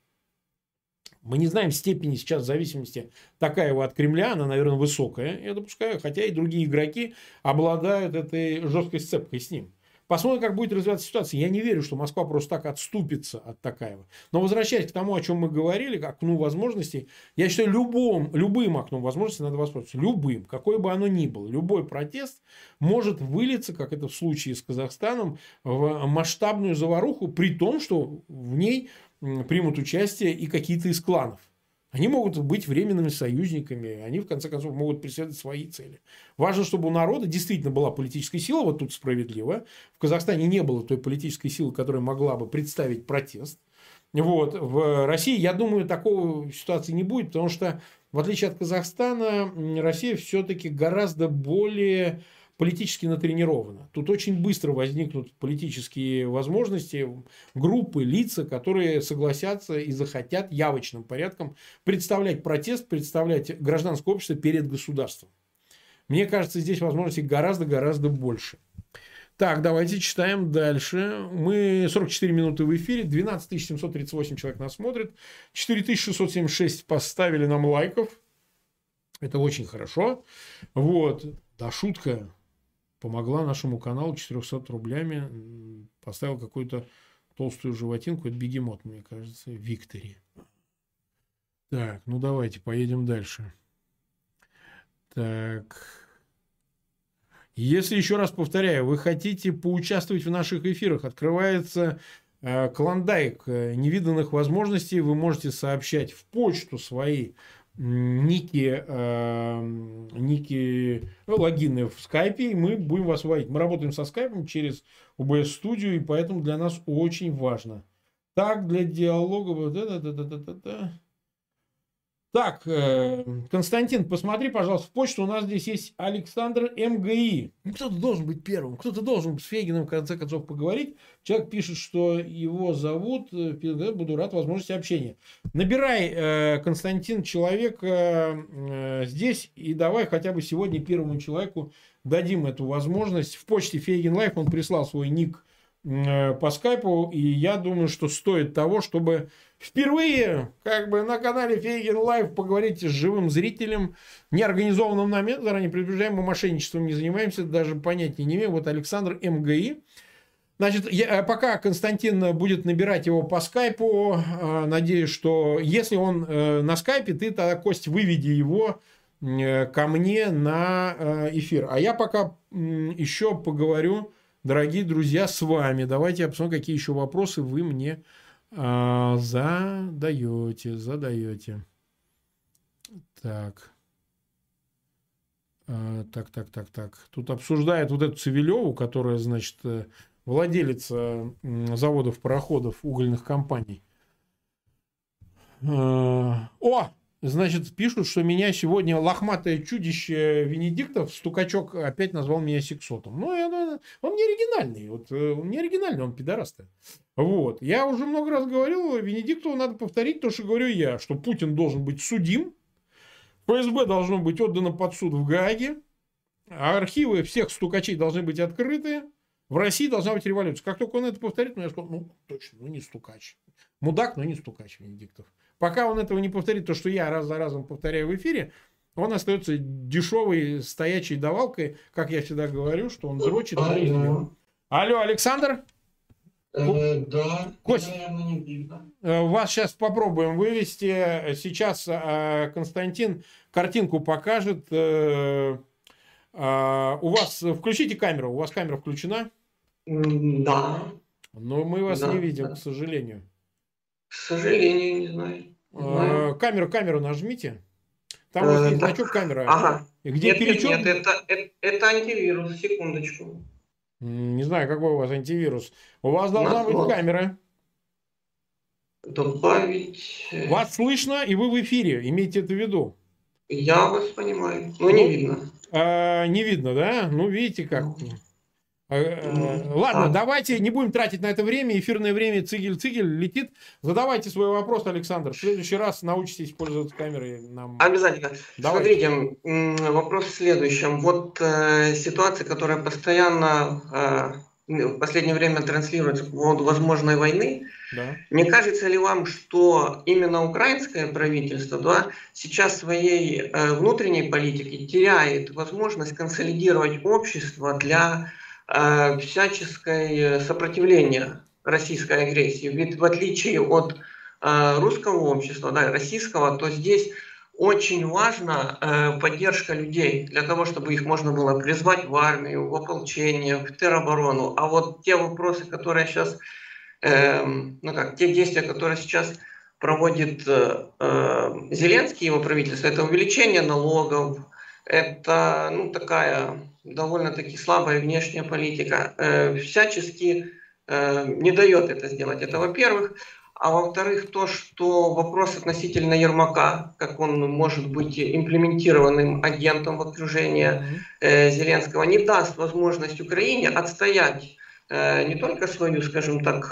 Мы не знаем степени сейчас зависимости Токаева от Кремля, она, наверное, высокая, я допускаю, хотя и другие игроки обладают этой жесткой сцепкой с ним. Посмотрим, как будет развиваться ситуация. Я не верю, что Москва просто так отступится от Токаева. Но возвращаясь к тому, о чем мы говорили, к окну возможностей, я считаю, любым окном возможностей надо воспользоваться. Любым, какое бы оно ни было. Любой протест может вылиться, как это в случае с Казахстаном, в масштабную заваруху, при том, что в ней примут участие и какие-то из кланов. Они могут быть временными союзниками, они, в конце концов, могут преследовать свои цели. Важно, чтобы у народа действительно была политическая сила, вот тут справедливо. В Казахстане не было той политической силы, которая могла бы представить протест. Вот. В России, я думаю, такой ситуации не будет, потому что, в отличие от Казахстана, Россия все-таки гораздо более политически натренирована. Тут очень быстро возникнут политические возможности, группы, лица, которые согласятся и захотят явочным порядком представлять протест, представлять гражданское общество перед государством. Мне кажется, здесь возможностей гораздо-гораздо больше. Так, давайте читаем дальше. Мы 44 минуты в эфире, 12 738 человек нас смотрит, 4676 поставили нам лайков. Это очень хорошо. Вот. Да, шутка. Помогла нашему каналу 400 рублями. Поставил какую-то толстую животинку. Это бегемот, мне кажется. Виктори. Так, ну давайте, поедем дальше. Так. Если, еще раз повторяю, вы хотите поучаствовать в наших эфирах, открывается клондайк невиданных возможностей. Вы можете сообщать в почту свои логины в скайпе, и мы будем вас вводить. Мы работаем со скайпом через OBS Studio, и поэтому для нас очень важно. Так, для диалога... Так, Константин, посмотри, пожалуйста, в почту. У нас здесь есть Александр МГИ. Ну, кто-то должен быть первым, кто-то должен с Фейгиным, в конце концов, поговорить. Человек пишет, что его зовут, буду рад возможности общения. Набирай, Константин, человека здесь, и давай хотя бы сегодня первому человеку дадим эту возможность. В почте Фейгин Лайф он прислал свой ник по скайпу, и я думаю, что стоит того, чтобы впервые на канале Фейгин Лайв поговорить с живым зрителем, неорганизованным нами, заранее предупреждаем, мы мошенничеством не занимаемся, даже понятия не имею. Вот Александр МГИ. Значит, пока Константин будет набирать его по скайпу, надеюсь, что если он на скайпе, ты тогда, Кость, выведи его ко мне на эфир. А я пока еще поговорю, дорогие друзья, с вами. Давайте я посмотрю, какие еще вопросы вы мне задаете. Так. Так. Тут обсуждают вот эту Цивилеву, которая, значит, владелица заводов-пароходов угольных компаний. Значит, пишут, что меня сегодня лохматое чудище Венедиктов, стукачок, опять назвал меня сексотом. Ну, он не оригинальный. Он не оригинальный, он пидорас-то. Вот. Я уже много раз говорил, Венедиктову надо повторить то, что говорю я, что Путин должен быть судим, ФСБ должно быть отдано под суд в Гааге, а архивы всех стукачей должны быть открыты, в России должна быть революция. Как только он это повторит, я скажу, точно, не стукач. Мудак, но не стукач Венедиктов. Пока он этого не повторит, то, что я раз за разом повторяю в эфире, он остается дешевой стоячей давалкой, как я всегда говорю, что он дрочит. Алло, Александр? Да. Кость, вас сейчас попробуем вывести. Сейчас Константин картинку покажет. У вас включите камеру. У вас камера включена? Да. Но мы вас не видим, к сожалению. К сожалению, не знаю. Камеру нажмите. Там у вас есть значок камера. Ага. Где нет, это антивирус. Секундочку. Не знаю, какой у вас антивирус. У вас должна быть камера. Добавить. Вас слышно, и вы в эфире. Имейте это в виду. Я вас понимаю. Но не видно. Не видно, да? Ну, видите как. Ладно, давайте не будем тратить на это время. Эфирное время цигель летит. Задавайте свой вопрос, Александр. В следующий раз научитесь пользоваться камерой. Обязательно. Давайте. Смотрите, вопрос в следующем. Вот ситуация, которая постоянно в последнее время транслируется по поводу возможной войны. Да. Не кажется ли вам, что именно украинское правительство сейчас своей внутренней политики теряет возможность консолидировать общество для всяческое сопротивление российской агрессии? Ведь в отличие от русского общества, российского, то здесь очень важна поддержка людей для того, чтобы их можно было призвать в армию, в ополчение, в тероборону. А вот те вопросы, которые сейчас, те действия, которые сейчас проводит Зеленский и его правительство, это увеличение налогов, это такая довольно-таки слабая внешняя политика, всячески не дает это сделать. Это во-первых. А во-вторых, то, что вопрос относительно Ермака, как он может быть имплементированным агентом в окружении Зеленского, не даст возможность Украине отстоять не только свою, скажем так,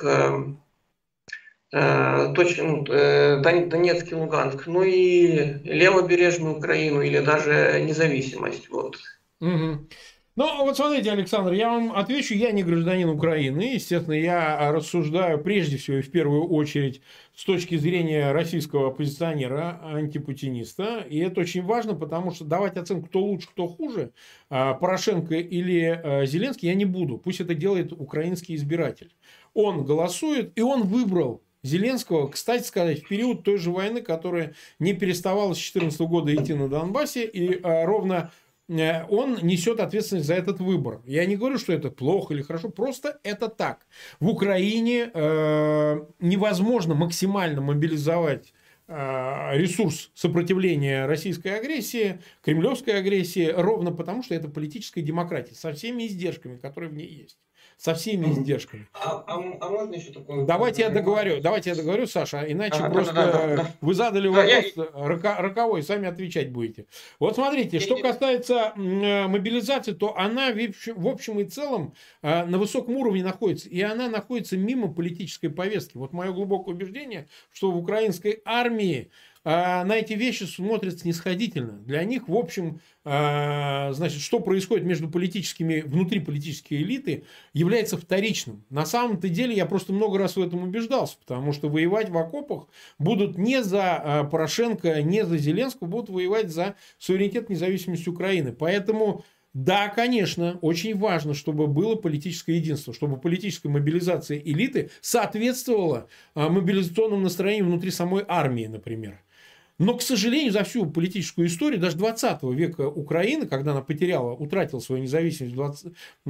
Донецк и Луганск, но и левобережную Украину или даже независимость. Вот. Ну, вот смотрите, Александр, я вам отвечу, я не гражданин Украины. Естественно, я рассуждаю прежде всего и в первую очередь с точки зрения российского оппозиционера, антипутиниста. И это очень важно, потому что давать оценку, кто лучше, кто хуже, Порошенко или Зеленский, я не буду. Пусть это делает украинский избиратель. Он голосует, и он выбрал Зеленского, кстати сказать, в период той же войны, которая не переставала с 2014 года идти на Донбассе, и ровно он несет ответственность за этот выбор. Я не говорю, что это плохо или хорошо, просто это так. В Украине невозможно максимально мобилизовать ресурс сопротивления российской агрессии, кремлевской агрессии, ровно потому, что это политическая демократия со всеми издержками, которые в ней есть. Со всеми издержками. Можно еще такое? Давайте я договорю, Саша, иначе просто вы задали вопрос роковой, сами отвечать будете. Вот смотрите, что касается мобилизации, то она в общем и целом на высоком уровне находится, и она находится мимо политической повестки. Вот мое глубокое убеждение, что в украинской армии на эти вещи смотрят снисходительно. Для них, в общем, значит, что происходит между политическими, внутри политической элиты, является вторичным. На самом-то деле, я просто много раз в этом убеждался, потому что воевать в окопах будут не за Порошенко, не за Зеленского, будут воевать за суверенитет и независимость Украины. Поэтому, да, конечно, очень важно, чтобы было политическое единство, чтобы политическая мобилизация элиты соответствовала мобилизационным настроениям внутри самой армии, например. Но, к сожалению, за всю политическую историю, даже 20 века Украины, когда она утратила свою независимость в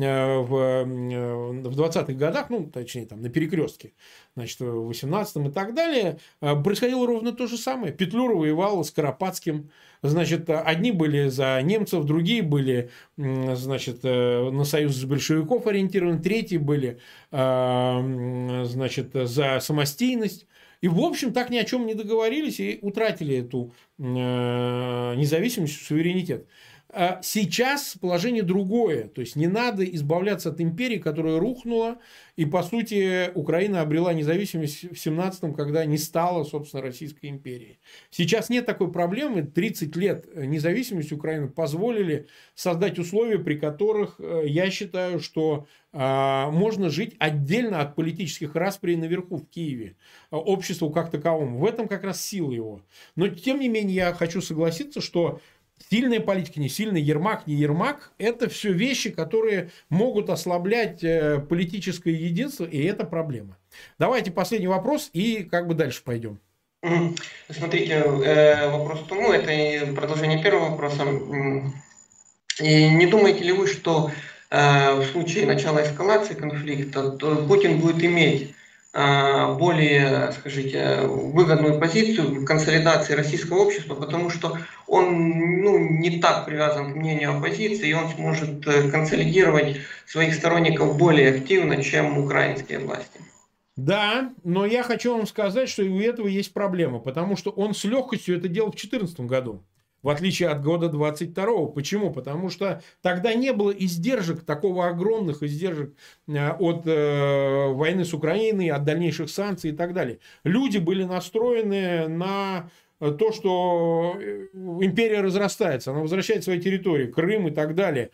20-х годах, ну, точнее, там, на перекрестке, значит, в 18-м и так далее, происходило ровно то же самое. Петлюра воевал с Скоропадским. Значит, одни были за немцев, другие были, значит, на союз большевиков ориентированы, третьи были, значит, за самостийность. И, в общем, так ни о чем не договорились и утратили эту независимость, суверенитет. Сейчас положение другое. То есть, не надо избавляться от империи, которая рухнула. И, по сути, Украина обрела независимость в 17-м, когда не стала, собственно, Российской империей. Сейчас нет такой проблемы. 30 лет независимости Украины позволили создать условия, при которых я считаю, что можно жить отдельно от политических расприй наверху в Киеве, обществу как таковому. В этом как раз сила его. Но, тем не менее, я хочу согласиться, что сильная политика, не сильный, Ермак, не Ермак, это все вещи, которые могут ослаблять политическое единство, и это проблема. Давайте последний вопрос и как бы дальше пойдем. Смотрите, вопрос к тому, это продолжение первого вопроса. И не думаете ли вы, что в случае начала эскалации конфликта, то Путин будет иметь более, скажите, выгодную позицию консолидации российского общества, потому что он не так привязан к мнению оппозиции, и он сможет консолидировать своих сторонников более активно, чем украинские власти? Да, но я хочу вам сказать, что и у этого есть проблема, потому что он с легкостью это делал в 2014 году. В отличие от года 22-го. Почему? Потому что тогда не было издержек, такого огромных издержек от войны с Украиной, от дальнейших санкций и так далее. Люди были настроены на то, что империя разрастается, она возвращает свои территории, Крым и так далее.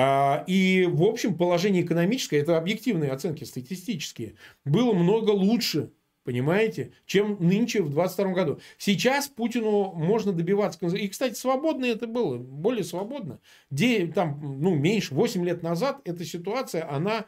И, в общем, положение экономическое, это объективные оценки, статистические, было много лучше. Понимаете? Чем нынче в 22 году. Сейчас Путину можно добиваться. И, кстати, свободно это было. Более свободно. Там, меньше, 8 лет назад эта ситуация, она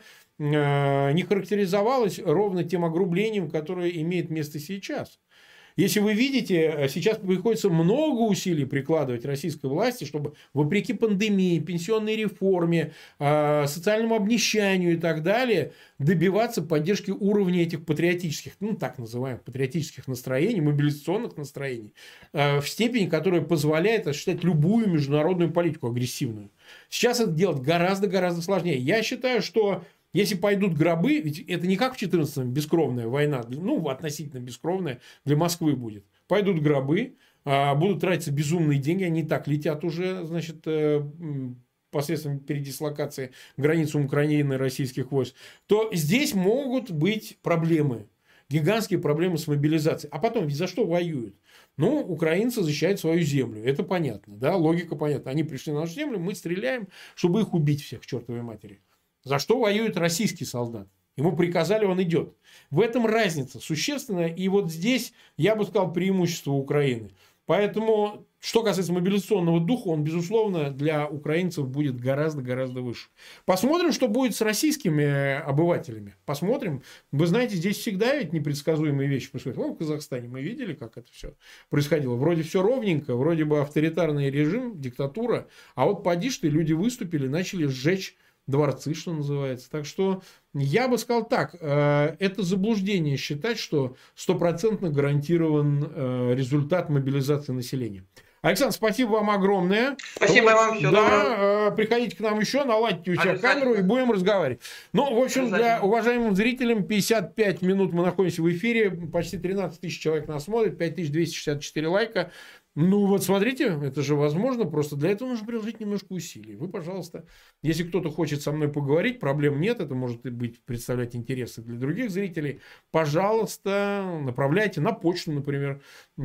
не характеризовалась ровно тем огрублением, которое имеет место сейчас. Если вы видите, сейчас приходится много усилий прикладывать российской власти, чтобы вопреки пандемии, пенсионной реформе, социальному обнищанию и так далее, добиваться поддержки уровня этих патриотических, так называемых патриотических настроений, мобилизационных настроений, в степени, которая позволяет осуществлять любую международную политику агрессивную. Сейчас это делать гораздо-гораздо сложнее. Я считаю, что если пойдут гробы, ведь это не как в 14-м бескровная война, относительно бескровная для Москвы будет. Пойдут гробы, будут тратиться безумные деньги, они и так летят уже, значит, посредством передислокации границы Украины российских войск, то здесь могут быть проблемы, гигантские проблемы с мобилизацией. А потом, за что воюют? Украинцы защищают свою землю. Это понятно, да, логика понятна. Они пришли на нашу землю, мы стреляем, чтобы их убить всех, к чертовой матери. За что воюет российский солдат? Ему приказали, он идет. В этом разница существенная. И вот здесь, я бы сказал, преимущество Украины. Поэтому, что касается мобилизационного духа, он, безусловно, для украинцев будет гораздо-гораздо выше. Посмотрим, что будет с российскими обывателями. Посмотрим. Вы знаете, здесь всегда ведь непредсказуемые вещи происходят. В Казахстане мы видели, как это все происходило. Вроде все ровненько, вроде бы авторитарный режим, диктатура. А вот поди ж ты, люди выступили, начали сжечь дворцы, что называется. Так что я бы сказал так, это заблуждение считать, что стопроцентно гарантирован результат мобилизации населения. Александр, спасибо вам огромное. Спасибо вам, всего доброго. Приходите к нам еще, наладьте у себя камеру и будем разговаривать. Ну, в общем, для уважаемым зрителям 55 минут мы находимся в эфире, почти 13 тысяч человек нас смотрит, 5264 лайка. Ну, вот смотрите, это же возможно, просто для этого нужно приложить немножко усилий. Вы, пожалуйста, если кто-то хочет со мной поговорить, проблем нет, это может быть представлять интересы для других зрителей, пожалуйста, направляйте на почту, например,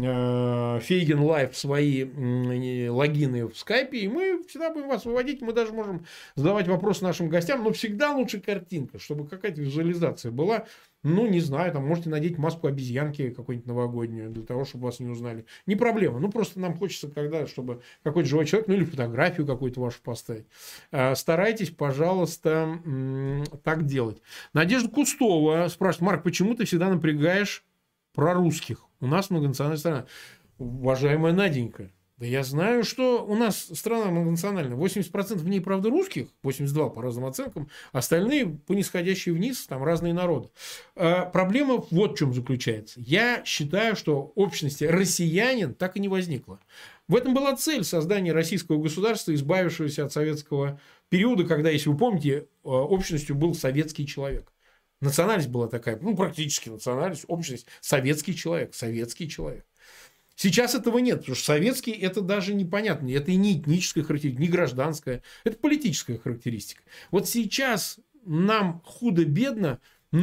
Фейгин Лайв свои логины в скайпе, и мы всегда будем вас выводить, мы даже можем задавать вопросы нашим гостям, но всегда лучше картинка, чтобы какая-то визуализация была. Ну, не знаю, там можете надеть маску обезьянки какую-нибудь новогоднюю, для того, чтобы вас не узнали. Не проблема. Ну, просто нам хочется, когда, чтобы какой-то живой человек, ну, или фотографию какую-то вашу поставить. Старайтесь, пожалуйста, так делать. Надежда Кустова спрашивает: Марк, почему ты всегда напрягаешь прорусских? У нас многонациональная страна. Уважаемая Наденька, да я знаю, что у нас страна многонациональная. 80% в ней, правда, русских, 82% по разным оценкам, остальные по нисходящей вниз, там разные народы. Проблема вот в чем заключается. Я считаю, что общности россиянин так и не возникло. В этом была цель создания российского государства, избавившегося от советского периода, когда, если вы помните, общностью был советский человек. Национальность была такая, ну, практически национальность, общность, советский человек, советский человек. Сейчас этого нет, потому что советский это даже непонятно. Это и не этническая характеристика, не гражданская. Это политическая характеристика. Вот сейчас нам худо-бедно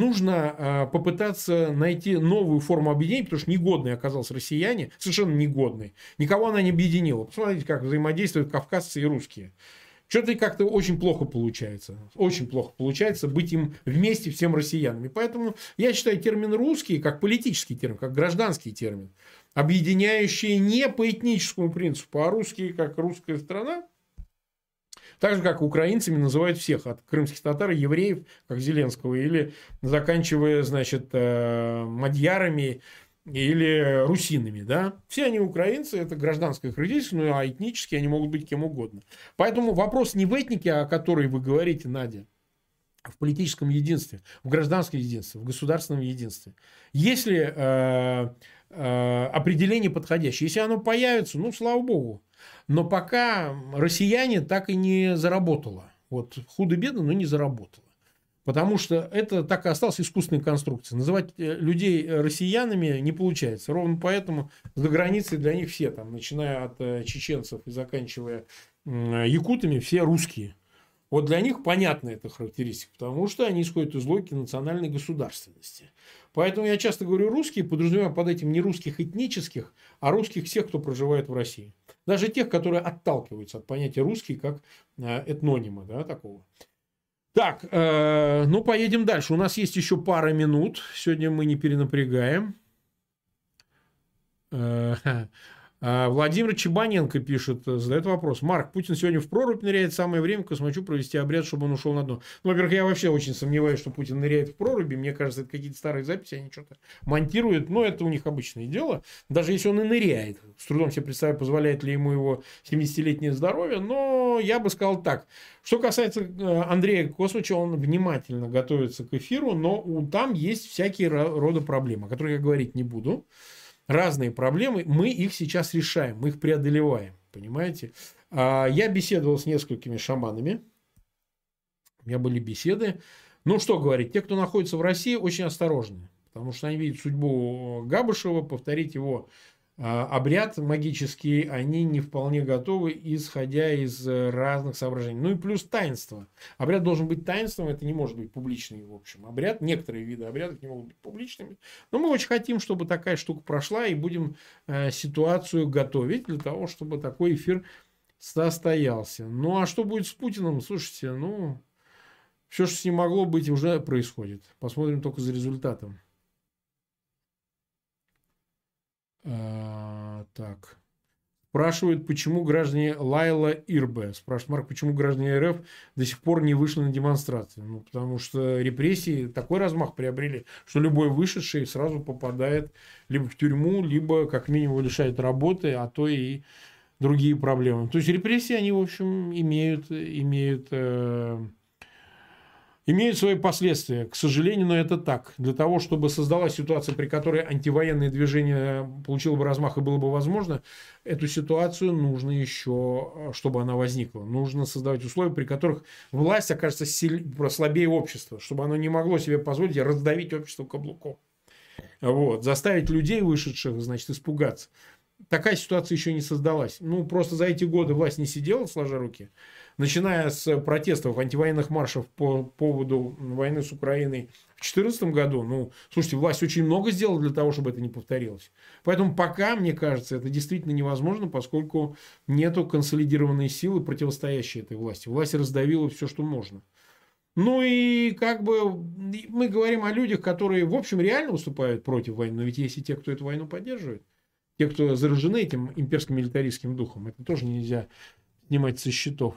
нужно попытаться найти новую форму объединения, потому что негодные оказались россияне, совершенно негодные. Никого она не объединила. Посмотрите, как взаимодействуют кавказцы и русские. Что-то как-то очень плохо получается. Очень плохо получается быть им вместе всем россиянами. Поэтому я считаю термин «русский» как политический термин, как гражданский термин, объединяющий не по этническому принципу, а русские как русская страна. Так же, как украинцами называют всех, от крымских татар, евреев, как Зеленского, или заканчивая, значит, мадьярами, или русинами, да, все они украинцы, это гражданская характеристика, ну, а этнически они могут быть кем угодно. Поэтому вопрос не в этнике, о которой вы говорите, Надя, а в политическом единстве, в гражданском единстве, в государственном единстве. Если определение подходящее, если оно появится, ну, слава богу. Но пока россияне так и не заработало. Вот худо-бедно, но не заработало. Потому что это так и осталась искусственной конструкцией. Называть людей россиянами не получается. Ровно поэтому за границей для них все, там, начиная от чеченцев и заканчивая якутами, все русские. Вот для них понятна эта характеристика, потому что они исходят из логики национальной государственности. Поэтому я часто говорю русские, подразумеваю под этим не русских этнических, а русских всех, кто проживает в России. Даже тех, которые отталкиваются от понятия русский как этнонима, да, такого. Так, ну, поедем дальше. У нас есть еще пара минут. Сегодня мы не перенапрягаем. Владимир Чебаненко пишет, задает вопрос. Марк, Путин сегодня в прорубь ныряет, самое время космачу провести обряд, чтобы он ушел на дно. Ну, во-первых, я вообще очень сомневаюсь, что Путин ныряет в проруби. Мне кажется, это какие-то старые записи, они что-то монтируют. Но это у них обычное дело. Даже если он и ныряет. С трудом себе представляю, позволяет ли ему его 70-летнее здоровье. Но я бы сказал так. Что касается Андрея Космача, он внимательно готовится к эфиру, но там есть всякие рода проблемы, о которых я говорить не буду. Разные проблемы, мы их сейчас решаем, мы их преодолеваем, понимаете? Я беседовал с несколькими шаманами, у меня были беседы. Ну, что говорить, те, кто находится в России, очень осторожны, потому что они видят судьбу Габышева, повторить его обряд магический, они не вполне готовы, исходя из разных соображений. Ну и плюс таинство. Обряд должен быть таинством, это не может быть публичный, в общем, обряд. Некоторые виды обрядов не могут быть публичными. Но мы очень хотим, чтобы такая штука прошла, и будем ситуацию готовить для того, чтобы такой эфир состоялся. Ну а что будет с Путиным? Слушайте, ну, все, что с ним могло быть, уже происходит. Посмотрим только за результатом. Так. Спрашивают, почему граждане Лайла Ирбе. Спрашивает Марк, почему граждане РФ до сих пор не вышли на демонстрации. Ну, потому что репрессии такой размах приобрели, что любой вышедший сразу попадает либо в тюрьму, либо как минимум лишает работы, а то и другие проблемы. То есть репрессии, они, в общем, имеют имеют свои последствия. К сожалению, но это так. Для того, чтобы создалась ситуация, при которой антивоенное движение получило бы размах и было бы возможно, эту ситуацию нужно еще, чтобы она возникла. Нужно создавать условия, при которых власть окажется слабее общества, чтобы оно не могло себе позволить раздавить общество каблуком. Вот. Заставить людей, вышедших, значит, испугаться. Такая ситуация еще не создалась. Ну, просто за эти годы власть не сидела, сложа руки. Начиная с протестов, антивоенных маршев по поводу войны с Украиной в 2014 году, ну, слушайте, власть очень много сделала для того, чтобы это не повторилось. Поэтому пока, мне кажется, это действительно невозможно, поскольку нету консолидированной силы, противостоящей этой власти. Власть раздавила все, что можно. Ну и как бы мы говорим о людях, которые, в общем, реально выступают против войны, но ведь есть и те, кто эту войну поддерживает. Те, кто заражены этим имперским милитаристским духом. Это тоже нельзя снимать со счетов.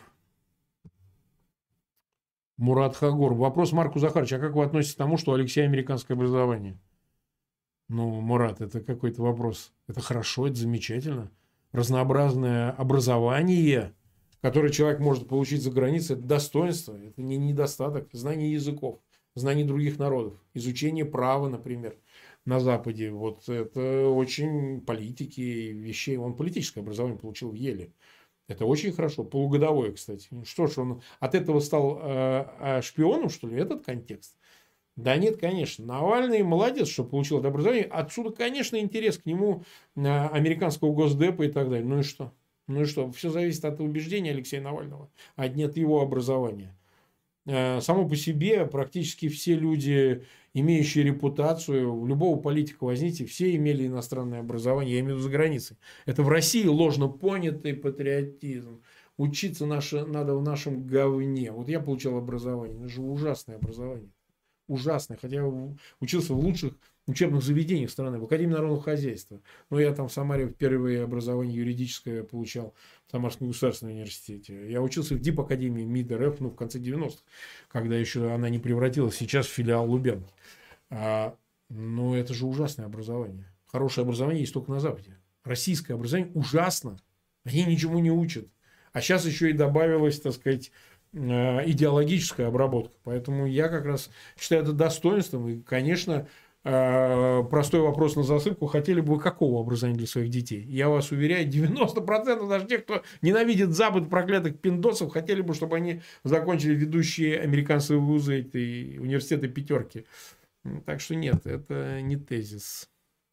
Мурат Хагор. Вопрос Марку Захаровичу. А как вы относитесь к тому, что у Алексея американское образование? Ну, Мурат, это какой-то вопрос. Это хорошо, это замечательно. Разнообразное образование, которое человек может получить за границей, это достоинство, это не недостаток. Знание языков, знание других народов, изучение права, например, на Западе. Вот это очень политики вещей. Он политическое образование получил в Еле. Это очень хорошо. Полугодовое, кстати. Что ж, он от этого стал шпионом, что ли? Этот контекст? Да нет, конечно. Навальный молодец, что получил это образование. Отсюда, конечно, интерес к нему американского Госдепа и так далее. Ну и что? Ну и что? Все зависит от убеждений Алексея Навального, а не от его образования. Само по себе практически все люди, имеющие репутацию, любого политика возьмите, все имели иностранное образование, я имею в виду за границей. Это в России ложно понятый патриотизм. Учиться надо в нашем говне. Вот я получал образование, это же ужасное образование. Ужасное, хотя я учился в лучших учебных заведениях страны, в Академии народного хозяйства. Но я там в Самаре впервые образование юридическое получал в Самарском государственном университете. Я учился в ДИП-академии МИД РФ, в конце 90-х, когда еще она не превратилась сейчас в филиал Лубянки. Но это же ужасное образование. Хорошее образование есть только на Западе. Российское образование ужасно. Они ничему не учат. А сейчас еще и добавилась, так сказать, идеологическая обработка. Поэтому я как раз считаю это достоинством. И, конечно, простой вопрос на засыпку. Хотели бы вы какого образования для своих детей? Я вас уверяю, 90% даже тех, кто ненавидит Запад, проклятых пиндосов, хотели бы, чтобы они закончили ведущие американские вузы, этой университеты пятерки. Так что нет, это не тезис.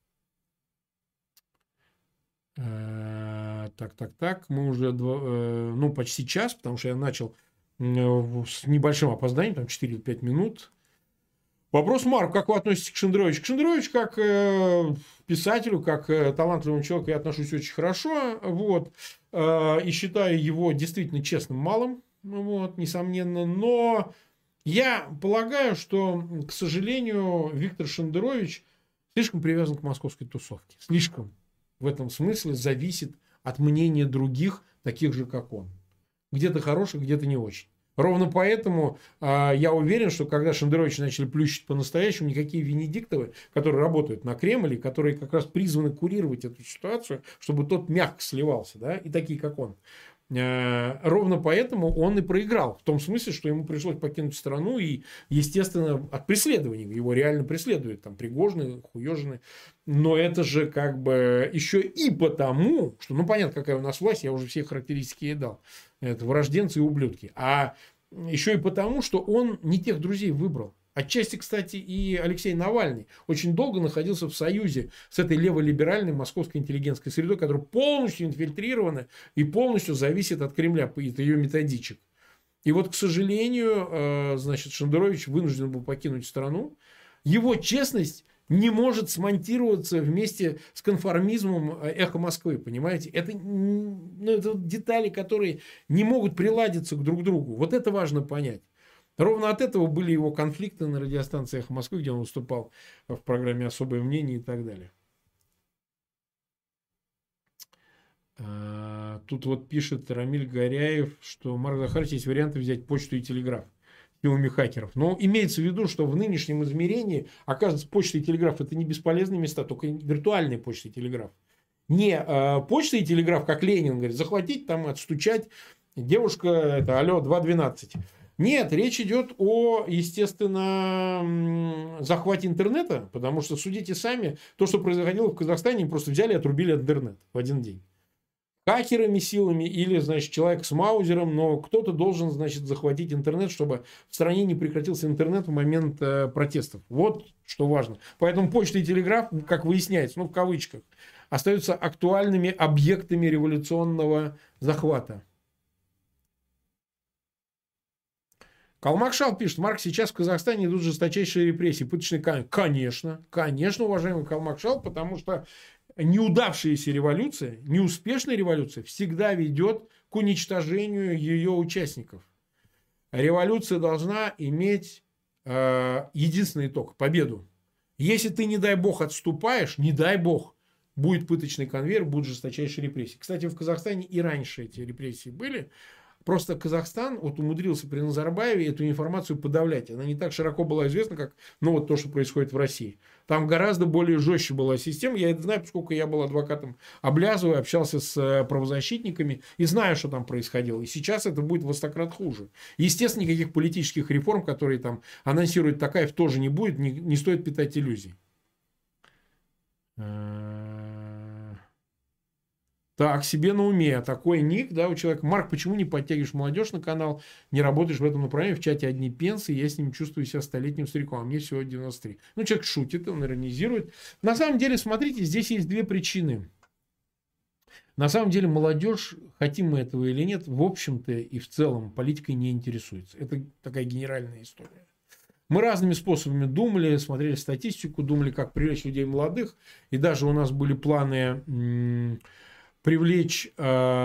Так. Мы уже почти час, потому что я начал с небольшим опозданием, там 4-5 минут. Вопрос, Марк, как вы относитесь к Шендеровичу? К Шендеровичу как писателю, как талантливому человеку я отношусь очень хорошо. Вот, и считаю его действительно честным малым, вот, несомненно. Но я полагаю, что, к сожалению, Виктор Шендерович слишком привязан к московской тусовке. Слишком в этом смысле зависит от мнения других, таких же, как он. Где-то хороших, где-то не очень. Ровно поэтому я уверен, что когда Шендеровича начали плющить по-настоящему, никакие Венедиктовы, которые работают на Кремле, которые как раз призваны курировать эту ситуацию, чтобы тот мягко сливался, да, и такие, как он. Ровно поэтому он и проиграл. В том смысле, что ему пришлось покинуть страну и, естественно, от преследований. Его реально преследуют. Там Пригожины, Хуёжины. Но это же как бы еще и потому, что, ну, понятно, какая у нас власть, я уже все характеристики ей дал. Это вырожденцы и ублюдки. А еще и потому, что он не тех друзей выбрал. Отчасти, кстати, и Алексей Навальный очень долго находился в союзе с этой леволиберальной московской интеллигентской средой, которая полностью инфильтрирована и полностью зависит от Кремля, от ее методичек. И вот, к сожалению, значит, Шендерович вынужден был покинуть страну. Его честность не может смонтироваться вместе с конформизмом «Эхо Москвы», понимаете? Это детали, которые не могут приладиться друг к другу. Вот это важно понять. Ровно от этого были его конфликты на радиостанции «Эхо Москвы», где он выступал в программе «Особое мнение» и так далее. Тут вот пишет Рамиль Горяев, что Марк Захарович, есть варианты взять почту и телеграф силами хакеров. Но имеется в виду, что в нынешнем измерении, оказывается, почта и телеграф — это не бесполезные места, только виртуальные почта и телеграф. Не почта и телеграф, как Ленин говорит, захватить, там, отстучать. Девушка, это алло, 212. Нет, речь идет о, естественно, захвате интернета, потому что, судите сами, то, что происходило в Казахстане, им просто взяли и отрубили интернет в один день. Хакерами силами или, значит, человек с маузером, но кто-то должен, значит, захватить интернет, чтобы в стране не прекратился интернет в момент протестов. Вот что важно. Поэтому почта и телеграф, как выясняется, ну, в кавычках, остаются актуальными объектами революционного захвата. Калмакшал пишет: Марк, сейчас в Казахстане идут жесточайшие репрессии, пыточные камеры. Конечно, конечно, уважаемый Калмакшал, потому что неудавшаяся революция, неуспешная революция всегда ведет к уничтожению ее участников. Революция должна иметь единственный итог – победу. Если ты, не дай бог, отступаешь, не дай бог, будет пыточный конвейер, будут жесточайшие репрессии. Кстати, в Казахстане и раньше эти репрессии были. Просто Казахстан вот умудрился при Назарбаеве эту информацию подавлять. Она не так широко была известна, как вот то, что происходит в России. Там гораздо более жестче была система. Я это знаю, поскольку я был адвокатом Аблязова, общался с правозащитниками и знаю, что там происходило. И сейчас это будет во 100 крат хуже. Естественно, никаких политических реформ, которые там анонсирует Токаев, тоже не будет. Не стоит питать иллюзий. Так, себе на уме. Такой ник, да, у человека. Марк, почему не подтягиваешь молодежь на канал, не работаешь в этом направлении, в чате одни пенсы, я с ним чувствую себя столетним стариком, а мне всего 93. Ну, человек шутит, он иронизирует. На самом деле, смотрите, здесь есть две причины. На самом деле, молодежь, хотим мы этого или нет, в общем-то и в целом политикой не интересуется. Это такая генеральная история. Мы разными способами думали, смотрели статистику, думали, как привлечь людей молодых. И даже у нас были планы привлечь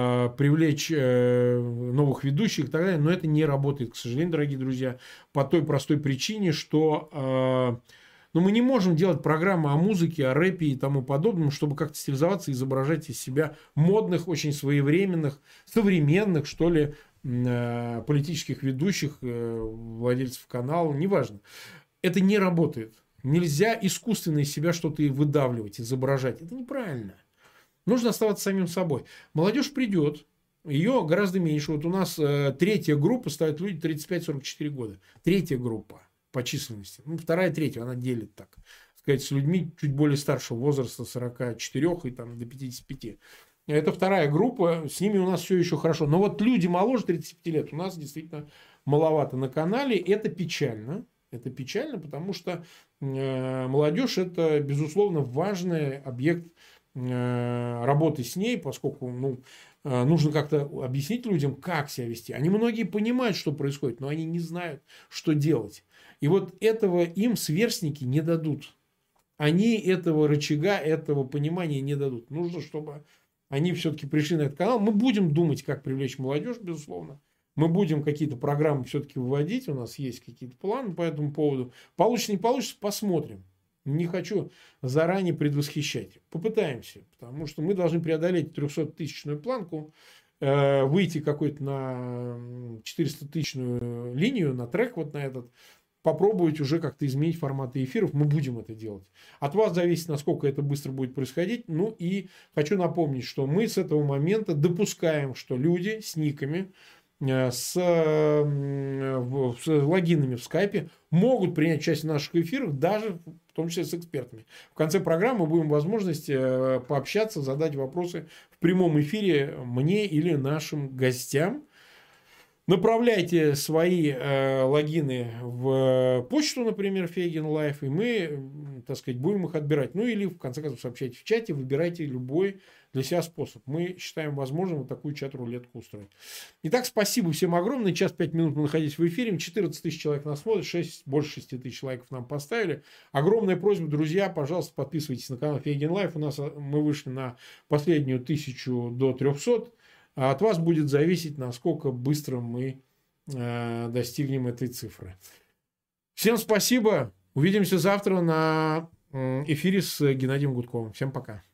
новых ведущих и так далее. Но это не работает, к сожалению, дорогие друзья, по той простой причине, что мы не можем делать программы о музыке, о рэпе и тому подобном, чтобы как-то стилизоваться и изображать из себя модных, очень своевременных, современных, что ли, политических ведущих, владельцев канала, неважно. Это не работает. Нельзя искусственно из себя что-то выдавливать, изображать. Это неправильно. Нужно оставаться самим собой. Молодежь придет, ее гораздо меньше. Вот у нас третья группа ставят люди 35-44 года. Третья группа по численности. Ну, вторая, третья, она делит, так сказать, с людьми чуть более старшего возраста, 44 и там, до 55. Это вторая группа, с ними у нас все еще хорошо. Но вот люди моложе 35 лет у нас действительно маловато на канале. Это печально. Это печально, потому что молодежь – это, безусловно, важный объект работы с ней, поскольку нужно как-то объяснить людям, как себя вести. Они многие понимают, что происходит, но они не знают, что делать. И вот этого им сверстники не дадут. Они этого рычага, этого понимания не дадут. Нужно, чтобы они все-таки пришли на этот канал. Мы будем думать, как привлечь молодежь, безусловно. Мы будем какие-то программы все-таки вводить. У нас есть какие-то планы по этому поводу. Получится, не получится, посмотрим. Не хочу заранее предвосхищать. Попытаемся. Потому что мы должны преодолеть 300-тысячную планку, выйти какой-то на 400-тысячную линию, на трек вот на этот, попробовать уже как-то изменить форматы эфиров. Мы будем это делать. От вас зависит, насколько это быстро будет происходить. Ну и хочу напомнить, что мы с этого момента допускаем, что люди с никами, с логинами в скайпе могут принять участие в наших эфирах, даже в том числе с экспертами. В конце программы мы будем возможность пообщаться, задать вопросы в прямом эфире мне или нашим гостям. Направляйте свои логины в почту, например, Фейгин Лайф, и мы, так сказать, будем их отбирать. Ну или, в конце концов, сообщайте в чате, выбирайте любой для себя способ. Мы считаем возможным вот такую чат-рулетку устроить. Итак, спасибо всем огромное. Час 5 минут мы находились в эфире. 14 тысяч человек нас смотрят, больше 6 тысяч лайков нам поставили. Огромная просьба, друзья, пожалуйста, подписывайтесь на канал Фейгин Лайф. Мы вышли на последнюю 1000 до 300. А от вас будет зависеть, насколько быстро мы достигнем этой цифры. Всем спасибо. Увидимся завтра на эфире с Геннадием Гудковым. Всем пока.